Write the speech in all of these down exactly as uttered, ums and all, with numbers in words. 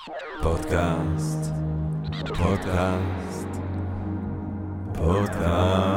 פודקאסט, פודקאסט, פודקאסט.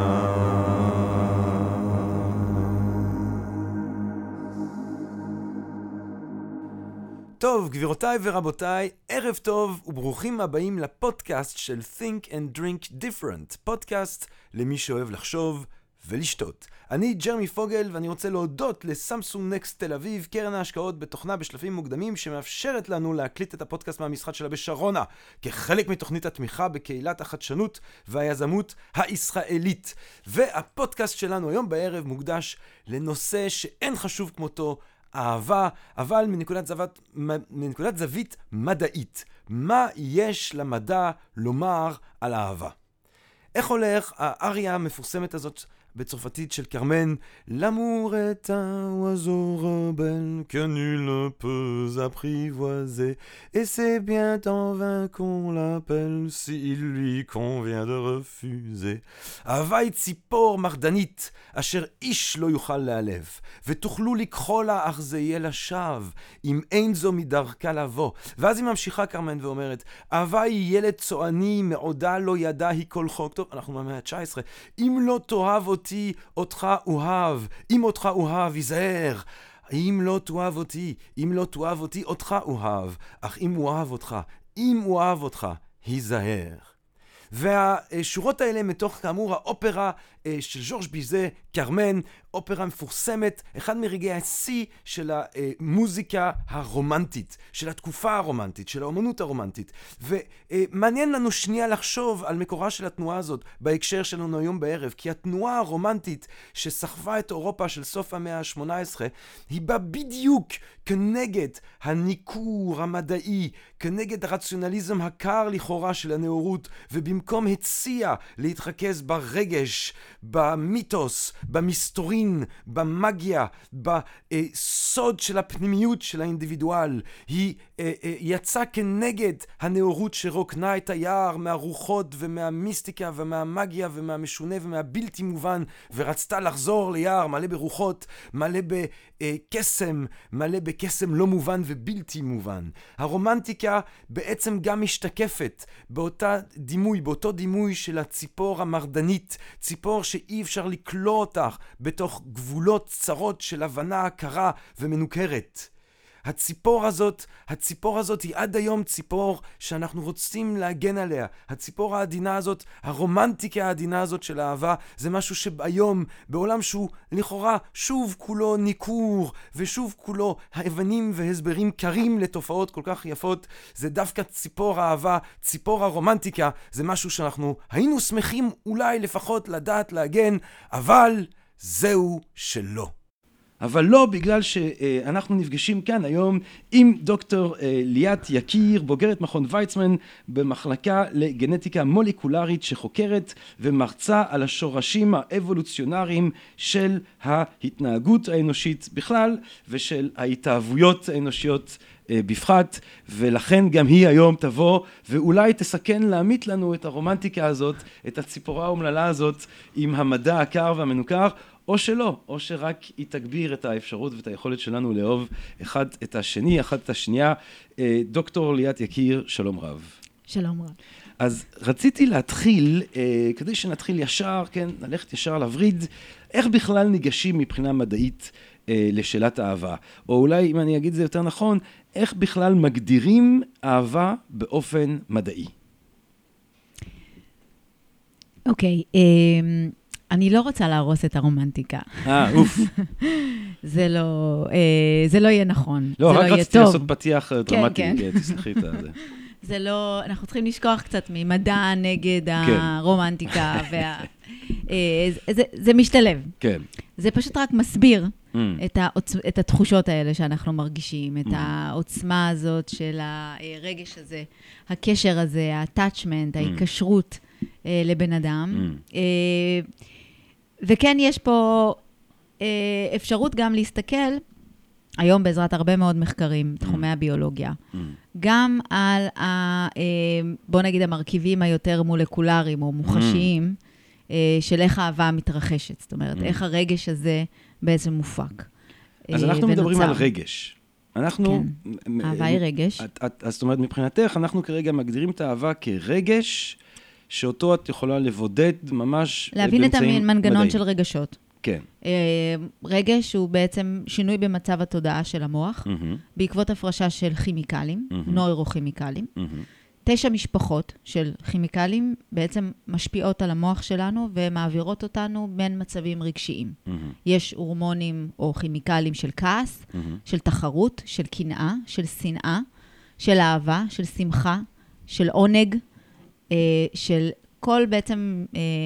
טוב, גבירותיי ורבותיי, ערב טוב וברוכים הבאים לפודקאסט של Think and Drink Different, פודקאסט למי שאוהב לחשוב ולשתות. אני ג'רמי פוגל ואני רוצה להודות לסמסונג נקסט תל אביב, קרן ההשקעות בתוכנה בשלבים מוקדמים שמאפשרת לנו להקליט את הפודקאסט מהמשחד שלה בשרונה, כחלק מתוכנית התמיכה בקהילת החדשנות והיזמות הישראלית. והפודקאסט שלנו היום בערב מוקדש לנושא שאין חשוב כמותו, אהבה, אבל מנקודת זווית, מנקודת זווית מדעית. מה יש למדע לומר על אהבה? איך הולך האריה המפורסמת הזאת בצרפתית של קרמן? L'amour est un oiseau rebelle que nul ne peut apprivoiser et c'est bien en vain qu'on l'appelle s'il lui convient de refuser. אהבה היא ציפור מרדנית אשר איש לא יוכל להעלב, ותוכלו לקחו לה אך זה יהיה לשווא אם אין זו מדרכה לבוא. ואז היא ממשיכה קרמן ואומרת, אהבה היא ילד צועני מעודה לא ידע היא כל חוק. טוב, אנחנו במאה ה-תשע עשרה. אם לא תאהב אותי, אותך אוהב. אם אותך אוהב, ייזהר. אם לא תאהב אותי, אם לא תאהב אותי, אותך אוהב. אך אם הוא אוהב אותך, אם הוא אוהב אותך, ייזהר. והשורות האלה מתוך כאמור האופרה של ז'ורז' ביזה, קרמן, אופרה מפורסמת, אחד מרגעי השיא של המוזיקה הרומנטית, של התקופה הרומנטית, של האומנות הרומנטית. ומעניין לנו שנייה לחשוב על מקורה של התנועה הזאת בהקשר שלנו היום בערב, כי התנועה הרומנטית שסחבה את אירופה של סוף המאה ה-שמונה עשרה, היא באה בדיוק כנגד הניכור המדעי, כנגד הרציונליזם הקר לכאורה של הנאורות, ובמקום הציע להתרכז ברגש, במיתוס, במסתורין, במגיה, בסוד של הפנימיות של האינדיבידואל. היא יצאה כנגד הנאורות שרוקנה את היער מהרוחות ומהמיסטיקה ומהמגיה ומהמשונה ומהבלתי מובן, ורצתה לחזור ליער מלא ברוחות, מלא בקסם, מלא בקסם לא מובן ובלתי מובן. הרומנטיקה בעצם גם משתקפת באותה דימוי, באותו דימוי של הציפור המרדנית, ציפור שאי אפשר לקלוא אותך בתוך גבולות צרות של הבנה קרה ומנוכרת. הציפור הזאת, הציפור הזאת היא עד היום ציפור שאנחנו רוצים להגן עליה. הציפור העדינה הזאת, הרומנטיקה העדינה הזאת של האהבה, זה משהו שהיום, בעולם שהוא לכאורה שוב כולו ניכור, ושוב כולו הבנים והסברים קרים לתופעות כל כך יפות, זה דווקא ציפור האהבה, ציפור הרומנטיקה, זה משהו שאנחנו היינו שמחים אולי לפחות לדעת להגן, אבל זהו שלא. אבל לא, בגלל שאנחנו נפגשים כאן היום עם דוקטור ליאת יקיר, בוגרת מכון ויצמן במחלקה לגנטיקה מולקולרית, שחוקרת ומרצה על השורשים האבולוציונריים של ההתנהגות האנושית בכלל ושל ההתאהבויות האנושיות בפחת, ולכן גם היא היום תבוא ואולי תסכן להעמיד לנו את הרומנטיקה הזאת, את הציפורה האומללה הזאת עם המדע הקר והמנוכר, או שלא, או שרק היא תגביר את האפשרות ואת היכולת שלנו לאהוב אחד את השני, אחד את השנייה. דוקטור ליאת יקיר, שלום רב. שלום רב. אז רציתי להתחיל, כדי שנתחיל ישר, כן, ללכת ישר לווריד, איך בכלל ניגשים מבחינה מדעית לשאלת האהבה? או אולי, אם אני אגיד זה יותר נכון, איך בכלל מגדירים אהבה באופן מדעי? אוקיי, אני לא רוצה להרוס את הרומנטיקה. אה, אוף. זה לא, זה לא יהיה נכון. לא, רק רציתי לעשות פתיח דרמטי, תסלחי את זה. זה לא, אנחנו צריכים לשכוח קצת ממדע נגד הרומנטיקה, זה משתלב. כן. זה פשוט רק מסביר את התחושות האלה שאנחנו מרגישים, את העוצמה הזאת של הרגש הזה, הקשר הזה, ה-attachment, ההיקשרות לבן אדם. וכן, יש פה אפשרות גם להסתכל, היום בעזרת הרבה מאוד מחקרים, תחומי הביולוגיה, גם על, בוא נגיד, המרכיבים היותר מולקולריים או מוחשיים, של איך האהבה מתרחשת. זאת אומרת, איך הרגש הזה בעצם מופק. אז אנחנו מדברים על רגש. אנחנו... כן, אהבה היא רגש. את, את, זאת אומרת, מבחינתך, אנחנו כרגע מגדירים את האהבה כרגש, שאותו את יכולה לבודד ממש... להבין את המנגנון של רגשות. כן. רגש הוא בעצם שינוי במצב התודעה של המוח, בעקבות הפרשה של כימיקלים, נוירוכימיקלים. תשע משפחות של כימיקלים בעצם משפיעות על המוח שלנו ומעבירות אותנו בין מצבים רגשיים. יש הורמונים או כימיקלים של כעס, של תחרות, של קנאה, של שנאה, של אהבה, של שמחה, של עונג, של כל בעצם...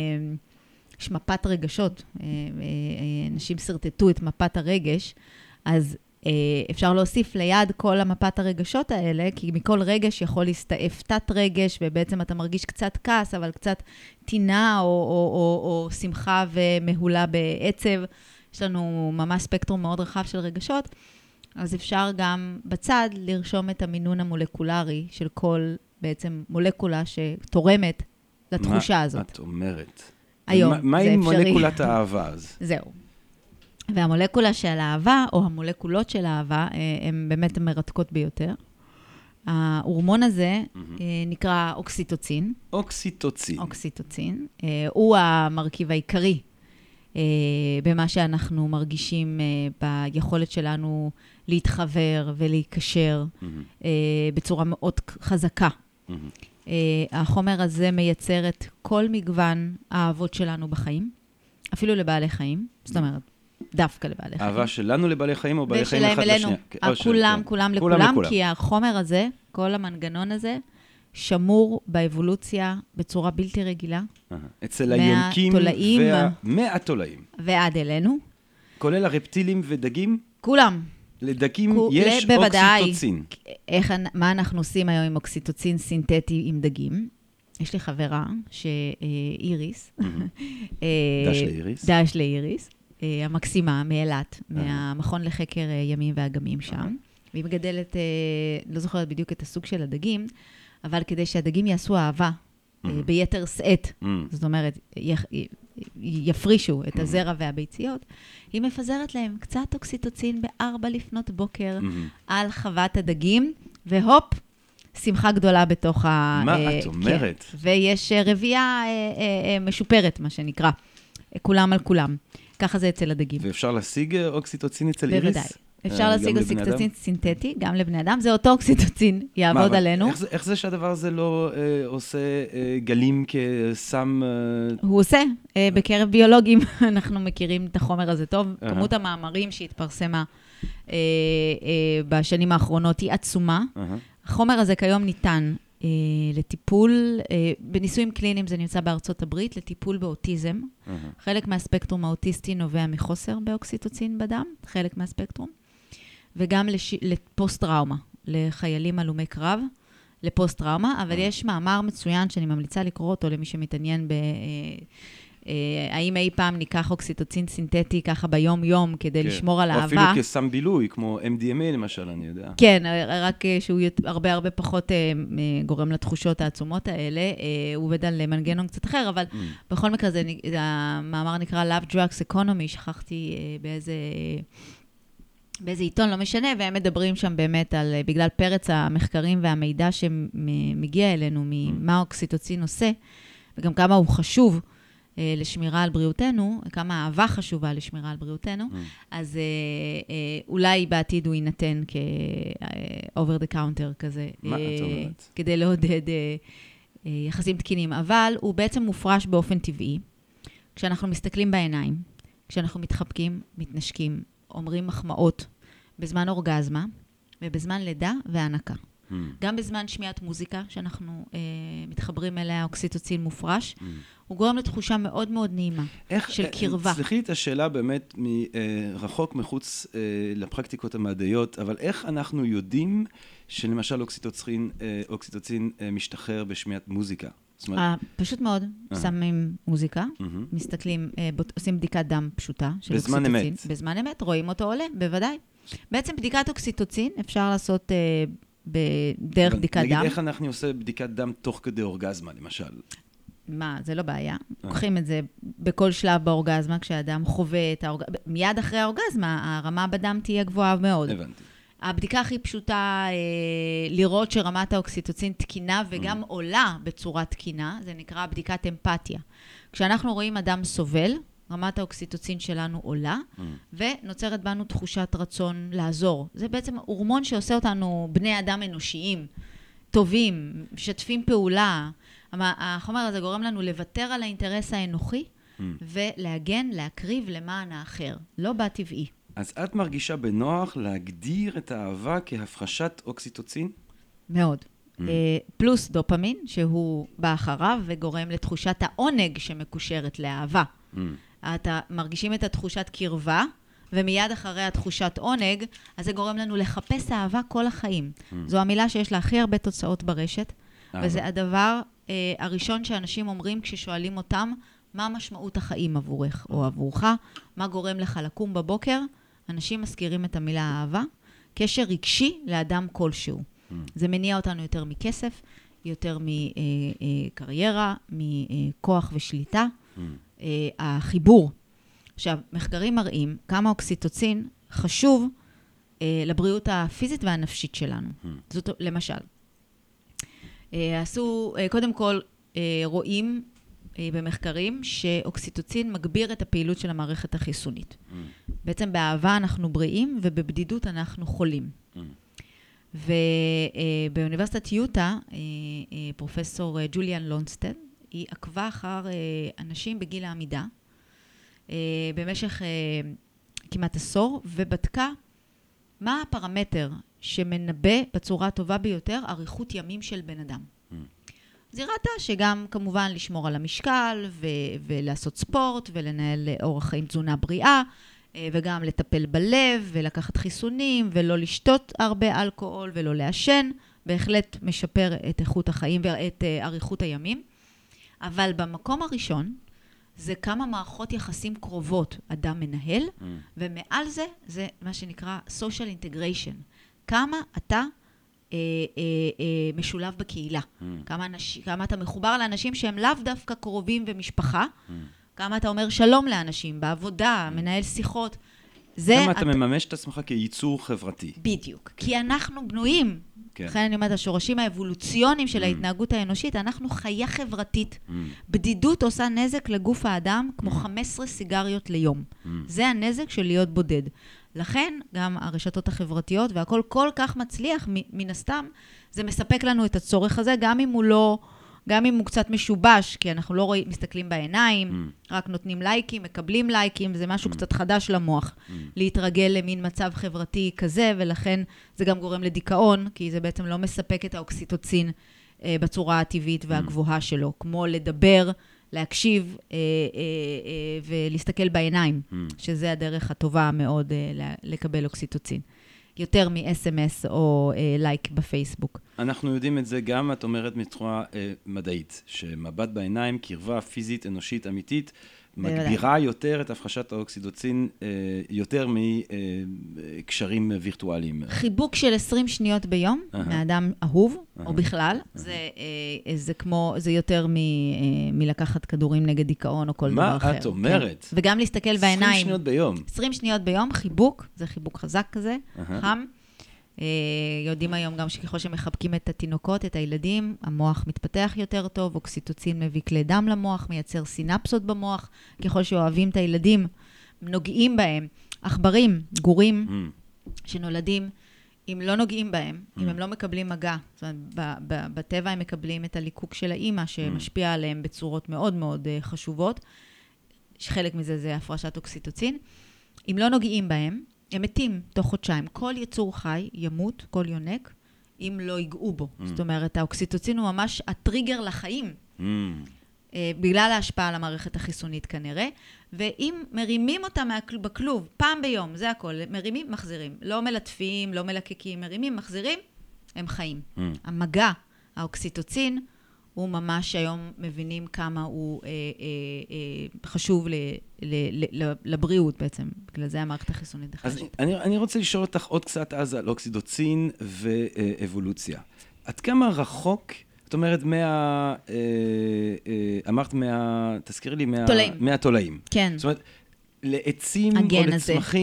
יש מפת רגשות, אנשים סרטטו את מפת הרגש, אז אפשר להוסיף ליד כל המפת הרגשות האלה, כי מכל רגש יכול להסתעף תת רגש, ובעצם אתה מרגיש קצת כעס, אבל קצת טינה או, או, או, או שמחה ומהולה בעצב. יש לנו ממש ספקטרום מאוד רחב של רגשות, אז אפשר גם בצד לרשום את המינון המולקולרי של כל בעצם מולקולה שתורמת לתחושה מה הזאת. מה את אומרת? היום, מה, מה זה עם אפשרי. מולקולת האהבה אז? זהו. והמולקולה של האהבה, או המולקולות של האהבה, הן באמת מרתקות ביותר. ההורמון הזה mm-hmm. נקרא אוקסיטוצין. אוקסיטוצין. אוקסיטוצין. הוא המרכיב העיקרי במה שאנחנו מרגישים ביכולת שלנו להתחבר ולהיקשר mm-hmm. בצורה מאוד חזקה. Mm-hmm. החומר הזה מייצר את כל מגוון האהבות שלנו בחיים, אפילו לבעלי חיים, זאת אומרת, דווקא לבעלי חיים. אהבה שלנו לבעלי חיים או בעלי חיים אחד לשנייה? כולם, כולם לכולם, כי החומר הזה, כל המנגנון הזה, שמור באבולוציה בצורה בלתי רגילה. אצל היונקים והתולעים. ועד אלינו. כולל הרפטילים ודגים? כולם. לדגים יש אוקסיטוצין. איך, מה אנחנו עושים היום עם אוקסיטוצין סינתטי עם דגים? יש לי חברה שאיריס, דש לאיריס, דש לאיריס, המקסימה מאילת, מהמכון לחקר ימים ואגמים שם, והיא מגדלת, לא זוכרת בדיוק את הסוג של הדגים, אבל כדי שהדגים יעשו אהבה ביתר שאת, זאת אומרת, יפרישו את הזרע והביציות, היא מפזרת להם קצת אוקסיטוצין בארבע לפנות בוקר על חוות הדגים, והופ, שמחה גדולה בתוך ה... מה את אומרת? ויש רבייה משופרת, מה שנקרא. כולם על כולם. ככה זה אצל הדגים. ואפשר להשיג אוקסיטוצין אצל איריס? בוודאי. אפשר להשיג אוקסיטוצין סינתטי, גם לבני אדם. זה אותו אוקסיטוצין, יעבוד עלינו. איך זה שהדבר הזה לא עושה גלים כסם... הוא עושה. בקרב ביולוגים אנחנו מכירים את החומר הזה טוב. כמות המאמרים שהתפרסמה בשנים האחרונות היא עצומה. החומר הזה כיום ניתן לטיפול, בניסויים קליניים זה נמצא בארצות הברית, לטיפול באוטיזם. חלק מהספקטרום האוטיסטי נובע מחוסר באוקסיטוצין בדם, חלק מהספקטרום. וגם לפוסט-טראומה, לחיילים הלומי קרב, לפוסט-טראומה, אבל יש מאמר מצוין שאני ממליצה לקרוא אותו למי שמתעניין ב... האם אי פעם ניקח אוקסיטוצין סינתטי ככה ביום-יום כדי לשמור על אהבה. או אפילו כסם בילוי, כמו אם די אם איי למשל, אני יודע. כן, רק שהוא הרבה הרבה פחות גורם לתחושות העצומות האלה. הוא עובד על מנגנון קצת אחר, אבל בכל מקרה, המאמר נקרא Love Drugs Economy, שכחתי באיזה... באיזה עיתון, לא משנה, והם מדברים שם באמת על, בגלל פרץ המחקרים והמידע שמגיע אלינו, ממה אוקסיטוצין עושה, וגם כמה הוא חשוב לשמירה על בריאותנו, כמה אהבה חשובה לשמירה על בריאותנו, אז אולי בעתיד הוא יינתן כ-over the counter כזה. מה את אומרת? כדי לעודד יחסים תקינים, אבל הוא בעצם מופרש באופן טבעי, כשאנחנו מסתכלים בעיניים, כשאנחנו מתחבקים, מתנשקים, אומרים מחמאות בזמן אורגזמה, ובזמן לידה והענקה. Mm. גם בזמן שמיעת מוזיקה, שאנחנו אה, מתחברים אליה, אוקסיטוצין מופרש, mm. הוא גורם לתחושה מאוד מאוד נעימה, איך, של קרבה. סליחי את השאלה באמת מרחוק מחוץ אה, לפרקטיקות המדעיות, אבל איך אנחנו יודעים שלמשל אוקסיטוצין, אה, אוקסיטוצין אה, משתחרר בשמיעת מוזיקה? אומרת... פשוט מאוד, uh-huh. שמים מוזיקה, uh-huh. מסתכלים, uh, עושים בדיקת דם פשוטה של בזמן אוקסיטוצין. אמת. בזמן אמת, רואים אותו עולה, בוודאי. בעצם בדיקת אוקסיטוצין אפשר לעשות uh, בדרך בדיקת נגיד דם. נגיד איך אנחנו עושים בדיקת דם תוך כדי אורגזמה, למשל? מה, זה לא בעיה. Uh-huh. לוקחים את זה בכל שלב באורגזמה, כשהאדם חווה את האורגזמה. מיד אחרי האורגזמה, הרמה בדם תהיה גבוהה מאוד. הבנתי. הבדיקה הכי פשוטה, אה, לראות שרמת האוקסיטוצין תקינה וגם mm. עולה בצורה תקינה, זה נקרא בדיקת אמפתיה. כשאנחנו רואים אדם סובל, רמת האוקסיטוצין שלנו עולה, mm. ונוצרת בנו תחושת רצון לעזור. זה בעצם הורמון שעושה אותנו בני אדם אנושיים, טובים, משתפים פעולה. החומר הזה גורם לנו לוותר על האינטרס האנוכי, mm. ולהגן, להקריב למען האחר. לא בטבעי. אז את מרגישה בנוח להגדיר את האהבה כהפחשת אוקסיטוצין? מאוד. Mm. פלוס דופמין, שהוא בא אחריו וגורם לתחושת העונג שמקושרת לאהבה. Mm. אתה מרגישים את התחושת קרבה, ומיד אחרי התחושת עונג, אז זה גורם לנו לחפש אהבה כל החיים. Mm. זו המילה שיש לה הכי הרבה תוצאות ברשת, אהבה. וזה הדבר אה, הראשון שאנשים אומרים כששואלים אותם, מה משמעות החיים עבורך או עבורך, מה גורם לך לקום בבוקר, אנשים מזכירים את המילה אהבה, קשר רגשי לאדם כלשהו. Mm. זה מניע אותנו יותר מכסף, יותר מקריירה, מכוח ושליטה. Mm. החיבור. עכשיו, מחקרים מראים כמה אוקסיטוצין חשוב לבריאות הפיזית והנפשית שלנו. Mm. זאת למשל. עשו, קודם כל, רואים במחקרים שאוקסיטוצין מגביר את הפעילות של המערכת החיסונית. Mm. בעצם באהבה אנחנו בריאים ובבדידות אנחנו חולים. Mm. ובאוניברסיטת יוטה, פרופסור ג'וליאן לונסטד, היא עקבה אחר אנשים בגיל העמידה במשך כמעט עשור, ובדקה מה הפרמטר שמנבא בצורה הטובה ביותר אריכות ימים של בן אדם. Mm. אז היא ראתה שגם כמובן לשמור על המשקל ו- ולעשות ספורט ולנהל אורח חיים תזונה בריאה, וגם לטפל בלב ולקחת חיסונים ולא לשתות הרבה אלכוהול ולא לעשן, בהחלט משפר את איכות החיים ואת אריכות הימים. אבל במקום הראשון זה כמה מערכות יחסים קרובות אדם מנהל, mm. ומעל זה זה מה שנקרא social integration. כמה אתה אה, אה, אה, משולב בקהילה. Mm. כמה, אנש, כמה אתה מחובר לאנשים שהם לאו דווקא קרובים ומשפחה. Mm. כמה אתה אומר שלום לאנשים בעבודה, mm. מנהל שיחות. כמה אתה, אתה מממש את עצמך כייצור חברתי. בדיוק. כי אנחנו בנויים. כן. לכן אני אומרת, השורשים האבולוציוניים של mm. ההתנהגות האנושית, אנחנו חיה חברתית. Mm. בדידות עושה נזק לגוף האדם כמו mm. חמש עשרה סיגריות ליום. Mm. זה הנזק של להיות בודד. לכן גם הרשתות החברתיות והכל כל כך מצליח, מן הסתם, זה מספק לנו את הצורך הזה, גם אם הוא לא, גם אם הוא קצת משובש, כי אנחנו לא רואים, מסתכלים בעיניים, mm. רק נותנים לייקים, מקבלים לייקים, זה משהו mm. קצת חדש למוח, mm. להתרגל למין מצב חברתי כזה, ולכן זה גם גורם לדיכאון, כי זה בעצם לא מספק את האוקסיטוצין אה, בצורה הטבעית והגבוהה mm. שלו, כמו לדבר, להקשיב אה, אה, אה, ולהסתכל בעיניים, mm. שזה הדרך הטובה מאוד אה, לקבל אוקסיטוצין. יותר מ-אס אם אס או אה, לייק בפייסבוק. אנחנו יודעים את זה גם, את אומרת, מתחומה אה, מדעית, שמבט בעיניים, קרבה פיזית, אנושית, אמיתית, מגבירה יותר את הפחשת האוקסיטוצין, אה, יותר מקשרים אה, וירטואליים. חיבוק של עשרים שניות ביום, uh-huh. מאדם אהוב, uh-huh. או בכלל, uh-huh. זה, אה, זה כמו, זה יותר מ, אה, מלקחת כדורים נגד דיכאון או כל דבר אחר. מה את אומרת? כן. וגם להסתכל בעיניים. עשרים שניות ביום. עשרים שניות ביום, חיבוק, זה חיבוק חזק כזה, uh-huh. חם. יודעים היום גם שככל שמחבקים את התינוקות, את הילדים, המוח מתפתח יותר טוב, אוקסיטוצין מביא כלי דם למוח, מייצר סינפסות במוח, ככל שאוהבים את הילדים, נוגעים בהם, עכברים, גורים, mm. שנולדים, אם לא נוגעים בהם, mm. אם הם לא מקבלים מגע, זאת אומרת, בטבע הם מקבלים את הליקוק של האימא, שמשפיע mm. עליהם בצורות מאוד מאוד חשובות, שחלק מזה זה הפרשת אוקסיטוצין, אם לא נוגעים בהם, הם מתים תוך חודשיים. כל יצור חי ימות, כל יונק, אם לא ייגעו בו. Mm. זאת אומרת, האוקסיטוצין הוא ממש הטריגר לחיים, mm. בגלל ההשפעה על המערכת החיסונית כנראה, ואם מרימים אותה בכלוב, פעם ביום, זה הכל, מרימים, מחזירים. לא מלטפים, לא מלקקים, מרימים, מחזירים, הם חיים. Mm. המגע, האוקסיטוצין, הוא ממש היום מבינים כמה הוא אה, אה, אה, חשוב ל, ל, ל, לבריאות בעצם. בגלל זה המערכת החיסונית אז אני, אני רוצה לשאול אותך עוד קצת אז על אוקסיטוצין ואבולוציה. עד כמה רחוק, את אומרת, מה, אה, אה, אמרת מה, תזכירי לי, מה, תולעים. מהתולעים. כן. זאת אומרת, לעצים או לצמחים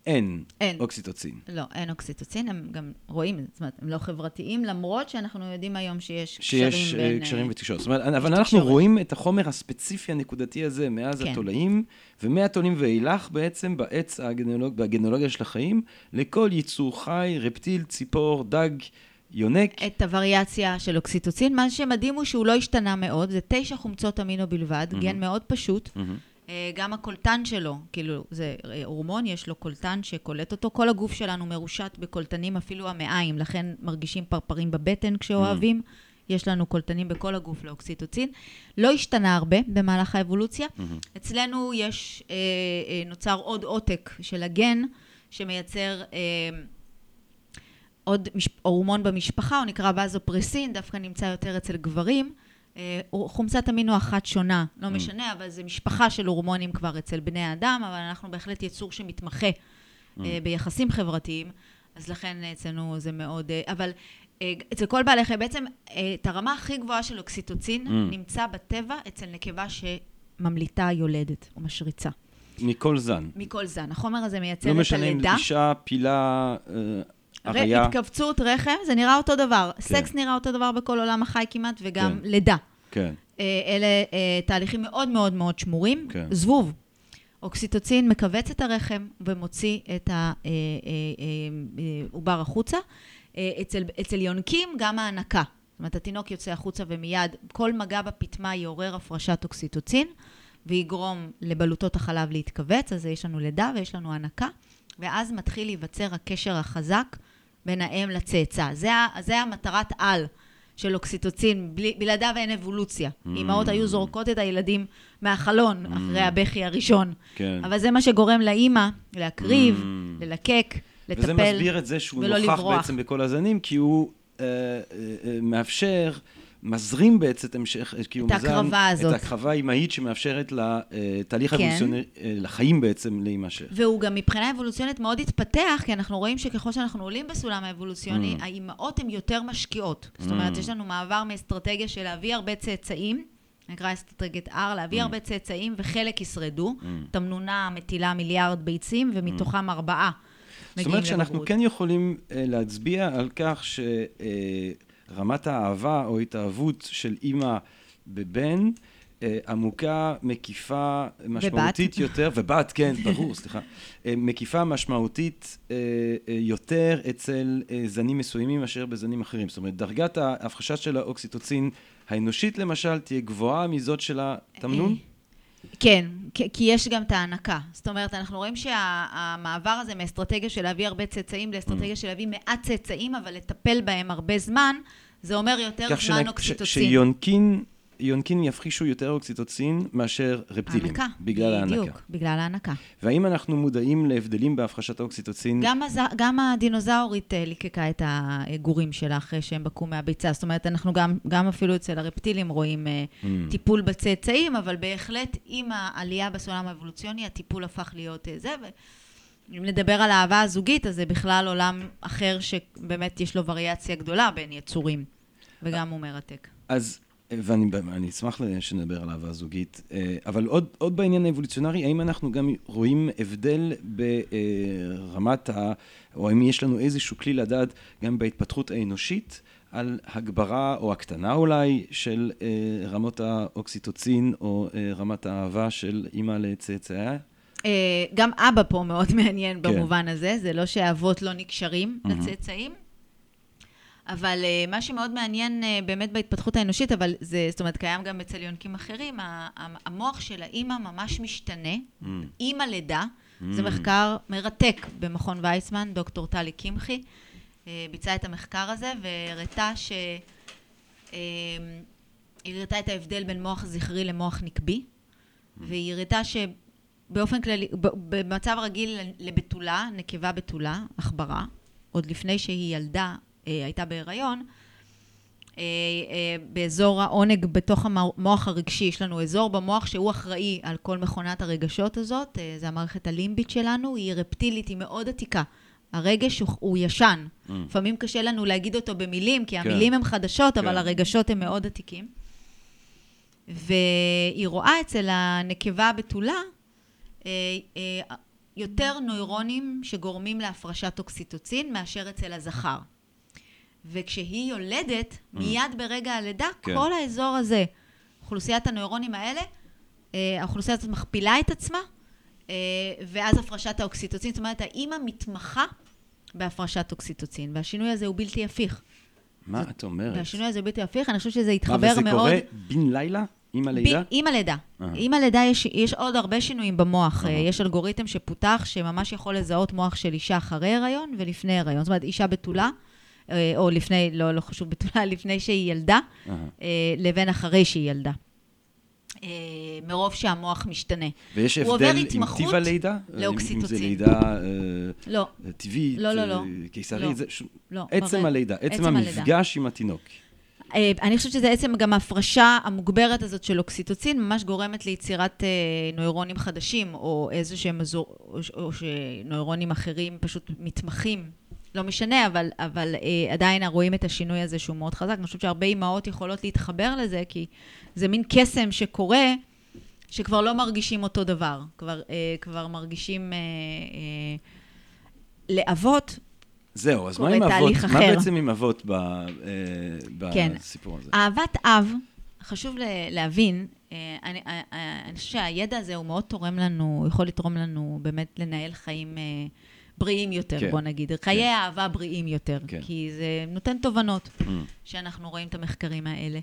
אין, אין. אוקסיטוצין. לא, אין אוקסיטוצין, הם גם רואים, זאת אומרת, הם לא חברתיים, למרות שאנחנו יודעים היום שיש שיש קשרים בין... שיש קשרים ותקשורת. זאת אומרת, אבל אנחנו תקשורת. רואים את החומר הספציפי הנקודתי הזה מאז כן. התולעים, ומהתולעים ואילך בעצם בעץ הגנולוג, בגנולוגיה של החיים, לכל ייצור חי, רפטיל, ציפור, דג, יונק. את הווריאציה של אוקסיטוצין. מה שמדהים הוא שהוא לא השתנה מאוד, זה תשע חומצות אמינו בלבד, mm-hmm. גן מאוד פשוט. Mm-hmm. גם הקולטן שלו, כאילו זה הורמון, יש לו קולטן שקולט אותו. כל הגוף שלנו מרושת בקולטנים, אפילו המעיים, לכן מרגישים פרפרים בבטן כשאוהבים. Mm-hmm. יש לנו קולטנים בכל הגוף לאוקסיטוצין. לא השתנה הרבה במהלך האבולוציה. Mm-hmm. אצלנו יש, אה, אה, נוצר עוד עותק של הגן, שמייצר... אה, עוד מש... הורמון במשפחה, הוא נקרא בזופרסין, דווקא נמצא יותר אצל גברים. חומצת אמינו אחת שונה, לא משנה, אבל זה משפחה של הורמונים כבר אצל בני האדם, אבל אנחנו בהחלט יצור שמתמחה ביחסים חברתיים, אז לכן אצלנו זה מאוד... אבל אצל כל בעלי חיים, בעצם את הרמה הכי גבוהה של אוקסיטוצין נמצא בטבע אצל נקבה שממליטה יולדת או משריצה. מכל זן. מכל זן. החומר הזה מייצר את הלידה. לא משנה אם אישה, פילה... הריה. התכווצות, רחם, זה נראה אותו דבר. כן. סקס נראה אותו דבר בכל עולם החי כמעט, וגם כן. לידה. כן. אלה תהליכים מאוד מאוד מאוד שמורים. כן. זבוב. אוקסיטוצין מקבץ את הרחם ומוציא את העובר החוצה. אצל, אצל יונקים גם ההנקה. זאת אומרת, התינוק יוצא החוצה ומיד כל מגע בפטמה יעורר הפרשת אוקסיטוצין, ויגרום לבלוטות החלב להתכווץ, אז יש לנו לידה ויש לנו הנקה. ואז מתחיל להיווצר הקשר החזק בין האם לצאצא. זה, זה המטרת על של אוקסיטוצין, בלעדיו אין אבולוציה. Mm. אמהות היו זורקות את הילדים מהחלון mm. אחרי הבכי הראשון. כן. אבל זה מה שגורם לאמא להקריב, mm. ללקק, לטפל ולא לברוח. וזה מסביר את זה שהוא נוכח לברוח. בעצם בכל הזנים, כי הוא אה, אה, מאפשר... מזרים בעצם את המשך, את ההקרבה הזאת. את ההקרבה האימהית שמאפשרת לתהליך האבולוציוני, לחיים בעצם להימשך. והוא גם מבחינה אבולוציונית מאוד התפתח, כי אנחנו רואים שככל שאנחנו עולים בסולם האבולוציוני, האימהות הן יותר משקיעות. זאת אומרת, יש לנו מעבר מאסטרטגיה של להביא הרבה צאצאים, נקרא אסטרטגיית R, להביא הרבה צאצאים וחלק ישרדו. תמנונה מטילה מיליארד ביצים, ומתוכם ארבעה מגיעים לבגרות. זאת אומרת שאנחנו כן יכולים להצביע על כך ש... רמת האהבה או התאהבות של אימא בבן, אה, עמוקה, מקיפה, משמעותית יותר, ובת, כן, ברור, סליחה, אה, מקיפה, משמעותית אה, אה, יותר אצל אה, זנים מסוימים מאשר בזנים אחרים. זאת אומרת, דרגת ההפחשה של האוקסיטוצין האנושית, למשל, תהיה גבוהה מזאת של התמנון? כן, כי יש גם את ההנקה. זאת אומרת, אנחנו רואים שהמעבר הזה מאסטרטגיה של להביא הרבה צאצאים לאסטרטגיה של להביא מעט צאצאים, אבל לטפל בהם הרבה זמן, זה אומר יותר זמן אוקסיטוצין. כך שיונקין, יונקין יפחישו יותר אוקסיטוצין מאשר רפטילים. ההנקה, בגלל ההנקה. בדיוק, בגלל ההנקה. והאם אנחנו מודעים להבדלים בהפחשת האוקסיטוצין? גם, הז... גם הדינוזאורית ליקקה את הגורים שלה אחרי שהם בקעו מהביצה. זאת אומרת, אנחנו גם, גם אפילו אצל הרפטילים רואים mm. טיפול בצאצאים, אבל בהחלט עם העלייה בסולם האבולוציוני, הטיפול הפך להיות זה. ו... אם נדבר על האהבה הזוגית, אז זה בכלל עולם אחר שבאמת יש לו וריאציה גדולה בין יצורים, וגם הוא מרתק. אז, ואני אני אשמח שנדבר על אהבה הזוגית, אבל עוד, עוד בעניין האבולוציונרי, האם אנחנו גם רואים הבדל ברמת ה... או האם יש לנו איזשהו כלי לדעת גם בהתפתחות האנושית, על הגברה או הקטנה אולי של רמות האוקסיטוצין, או רמת האהבה של אמא לצאצאיה? גם אבא פה מאוד מעניין במובן הזה, זה לא שהאבות לא נקשרים לצאצאים, אבל מה שמאוד מעניין באמת בהתפתחות האנושית, אבל זה, זאת אומרת, קיים גם אצל יונקים אחרים, המוח של האמא ממש משתנה, עם הלידה, זה מחקר מרתק במכון ויצמן, דוקטור טלי קמחי, ביצעה את המחקר הזה, והראתה ש... היא הראתה את ההבדל בין מוח זכרי למוח נקבי, והיא הראתה ש... באופן כללי, במצב רגיל לבתולה, נקבה בתולה, עכברה, עוד לפני שהיא ילדה, הייתה בהיריון, באזור העונג בתוך המוח הרגשי, יש לנו אזור במוח שהוא אחראי על כל מכונת הרגשות הזאת, זה המערכת הלימבית שלנו, היא רפטילית, היא מאוד עתיקה. הרגש הוא, הוא ישן. Mm. לפעמים קשה לנו להגיד אותו במילים, כי המילים כן. הן חדשות, אבל כן. הרגשות הן מאוד עתיקים. והיא רואה אצל הנקבה בתולה, יותר נוירונים שגורמים להפרשת אוקסיטוצין מאשר אצל הזכר. וכשהיא יולדת, מיד ברגע הלידה, כן. כל האזור הזה, אוכלוסיית הנוירונים האלה, האוכלוסייה הזאת מכפילה את עצמה, ואז הפרשת האוקסיטוצין, זאת אומרת, האמא מתמחה בהפרשת אוקסיטוצין, והשינוי הזה הוא בלתי הפיך. מה את אומרת? והשינוי הזה הוא בלתי הפיך, אני חושבת שזה יתחבר מאוד... מה, וזה קורה בן לילה? עם הלידה? ב... עם הלידה. Uh-huh. עם הלידה יש, יש עוד הרבה שינויים במוח. Uh-huh. יש אלגוריתם שפותח, שממש יכול לזהות מוח של אישה אחרי הריון ולפני הריון. זאת אומרת, אישה בתולה, או לפני, לא, לא חשוב בתולה, לפני שהיא ילדה, uh-huh. לבין אחרי שהיא ילדה. מרוב שהמוח משתנה. ויש הבדל עם טיב הלידה? לאוקסיטוצין. אם זה לידה לא. טבעית, לא, לא, לא. קיסרית, לא. ש... לא. עצם מראה. הלידה, עצם, עצם המפגש עם התינוק. אני חושבת שזה עצם גם ההפרשה המוגברת הזאת של אוקסיטוצין, ממש גורמת ליצירת נוירונים חדשים, או איזה שהם, או שנוירונים אחרים פשוט מתמחים. לא משנה, אבל, אבל אה, עדיין רואים את השינוי הזה שהוא מאוד חזק. אני חושבת שהרבה אימהות יכולות להתחבר לזה, כי זה מין קסם שקורה, שכבר לא מרגישים אותו דבר. כבר, אה, כבר מרגישים אה, אה, לאבות, זהו, אז מה עם אבות? מה בעצם עם אבות ב, אה, כן. בסיפור הזה? אהבת אב, חשוב להבין, אה, אני, אה, אני חושבת שהידע הזה הוא מאוד תורם לנו, יכול לתרום לנו באמת לנהל חיים... אה, בריאים יותר, כן. בוא נגיד. חיי כן. אהבה בריאים יותר, כן. כי זה נותן תובנות mm. שאנחנו רואים את המחקרים האלה.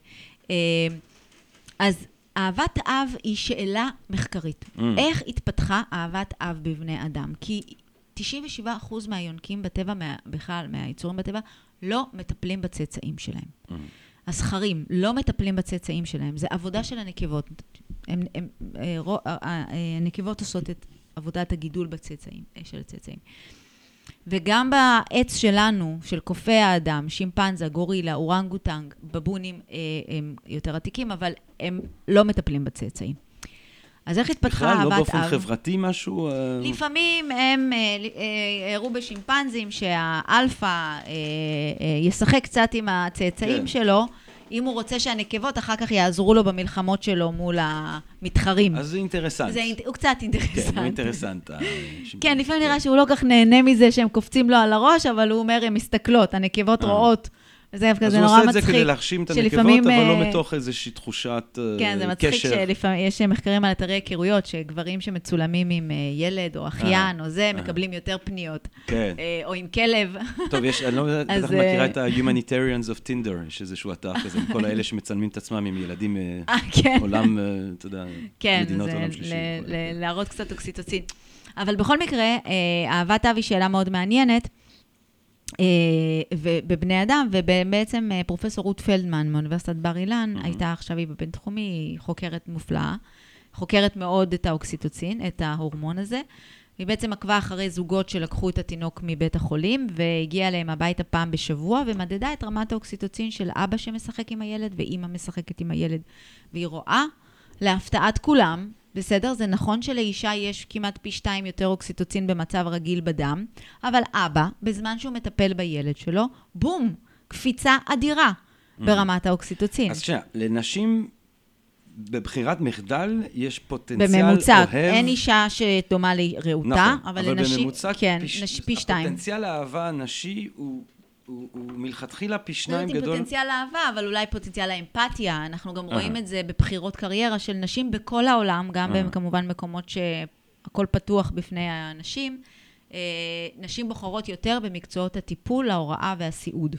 אז אהבת אב היא שאלה מחקרית. Mm. איך התפתחה אהבת אב בבני אדם? כי תשעים ושבעה אחוז מהיונקים בטבע, מה, בכלל, מהיצורים בטבע, לא מטפלים בצאצאים שלהם. Mm. הזכרים לא מטפלים בצאצאים שלהם. זה עבודה של הנקבות. הם, הם, הנקבות עושות את עבודת הגידול בצאצאים, של הצאצאים. וגם בעץ שלנו, של קופי האדם, שימפנזה, גורילה, אורנגוטנג, בבונים, הם יותר עתיקים, אבל הם לא מטפלים בצאצאים. אז איך התפתחה אהבת אב? בכלל, לא באופן חברתי משהו? לפעמים הם הראו בשימפנזים שהאלפא ישחק קצת עם הצאצאים שלו, אם הוא רוצה שהנקבות אחר כך יעזרו לו במלחמות שלו מול המתחרים. אז זה אינטרסנט. זה, הוא קצת אינטרסנט. כן, הוא אינטרסנט. כן, לפעמים נראה שהוא לא כך נהנה מזה שהם קופצים לו על הראש, אבל הוא אומר, הם מסתכלות, הנקבות רואות. וזה נורא מצחיק. אז הוא עושה את זה כדי להחשים את הנקבות, אבל לא מתוך איזושהי תחושת קשר. כן, זה מצחיק שיש מחקרים על אתרי היכרויות, שגברים שמצולמים עם ילד או אחיין או זה, מקבלים יותר פניות. כן. או עם כלב. טוב, אני לא יודעת, בטח מכירה את ה-Humanitarians of Tinder, יש איזשהו אתר כזה, עם כל האלה שמצלמים את עצמם עם ילדים עולם, אתה יודע, מדינות עולם שלישי. כן, להראות קצת אוקסיטוצין. אבל בכל מקרה, אהבת אב היא שאלה מאוד מעניינת, ובבני אדם, ובעצם פרופסור רות פלדמן מאוניברסיטת בר אילן, הייתה עכשיו היא בבינתחומי, היא חוקרת מופלאה, חוקרת מאוד את האוקסיטוצין, את ההורמון הזה, היא בעצם עקבה אחרי זוגות שלקחו את התינוק מבית החולים, והגיעה אליהם הביתה פעם בשבוע, ומדדה את רמת האוקסיטוצין של אבא שמשחק עם הילד, ואמא משחקת עם הילד, והיא רואה, להפתעת כולם, בסדר? זה נכון שלאישה יש כמעט פי שתיים יותר אוקסיטוצין במצב רגיל בדם, אבל אבא, בזמן שהוא מטפל בילד שלו, בום, קפיצה אדירה ברמת האוקסיטוצין. אז שנייה, לנשים בבחירת מחדל יש פוטנציאל בממוצע, אוהב... אין אישה שדומה לרעותה, נכון, אבל, אבל לנשים, בממוצע כן, פי, נש, פי שתיים. הפוטנציאל האהבה הנשי הוא... הוא, הוא מלכתחילה פי שניים לא גדול. לא פוטנציאל האהבה, אבל אולי פוטנציאל האמפתיה. אנחנו גם רואים את זה בבחירות קריירה של נשים בכל העולם, גם כמובן מקומות שהכל פתוח בפני האנשים. נשים בוחרות יותר במקצועות הטיפול, ההוראה והסיעוד.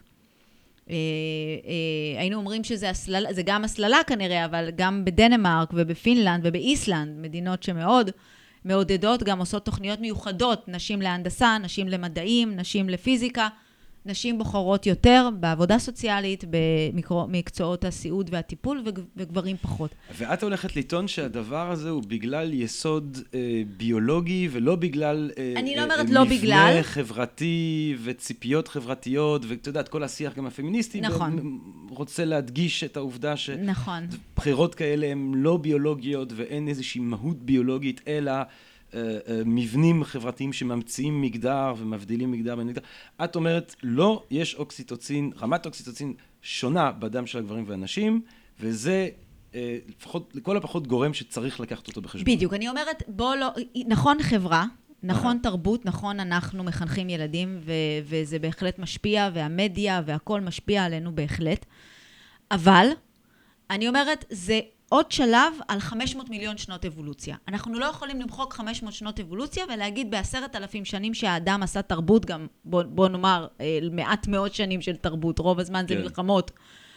היינו אומרים שזה הסללה, זה גם הסללה כנראה, אבל גם בדנמרק ובפינלנד ובאיסלנד, מדינות שמאוד מעודדות, גם עושות תוכניות מיוחדות, נשים להנדסה, נשים למדעים, נשים לפיזיקה. נשים בוחרות יותר בעבודה סוציאלית, במקצועות הסיעוד והטיפול, וגברים פחות. ואת הולכת לטעון שהדבר הזה הוא בגלל יסוד אה, ביולוגי, ולא בגלל אה, אני לא אומרת אה, לא מבנה בגלל. חברתי וציפיות חברתיות, ואתה יודעת, כל השיח גם הפמיניסטי, נכון. רוצה להדגיש את העובדה נכון. שבחירות כאלה הן לא ביולוגיות, ואין איזושהי מהות ביולוגית, אלא מבנים חברתיים שממציאים מגדר ומבדילים מגדר בין מגדר. את אומרת, לא, יש אוקסיטוצין, רמת אוקסיטוצין שונה בדם של הגברים והנשים, וזה לפחות, לכל הפחות גורם שצריך לקחת אותו בחשבון. בדיוק, אני אומרת, בוא לא, נכון חברה, נכון תרבות, נכון אנחנו מחנכים ילדים, ו- וזה בהחלט משפיע, והמדיה והכל משפיע עלינו בהחלט. אבל, אני אומרת, זה עוד שלב על חמש מאות מיליון שנות אבולוציה. אנחנו לא יכולים למחוק חמש מאות שנות אבולוציה, ולהגיד בעשרת אלפים שנים שהאדם עשה תרבות, גם בוא, בוא נאמר, מעט מאוד שנים של תרבות, רוב הזמן זה כן. מלחמות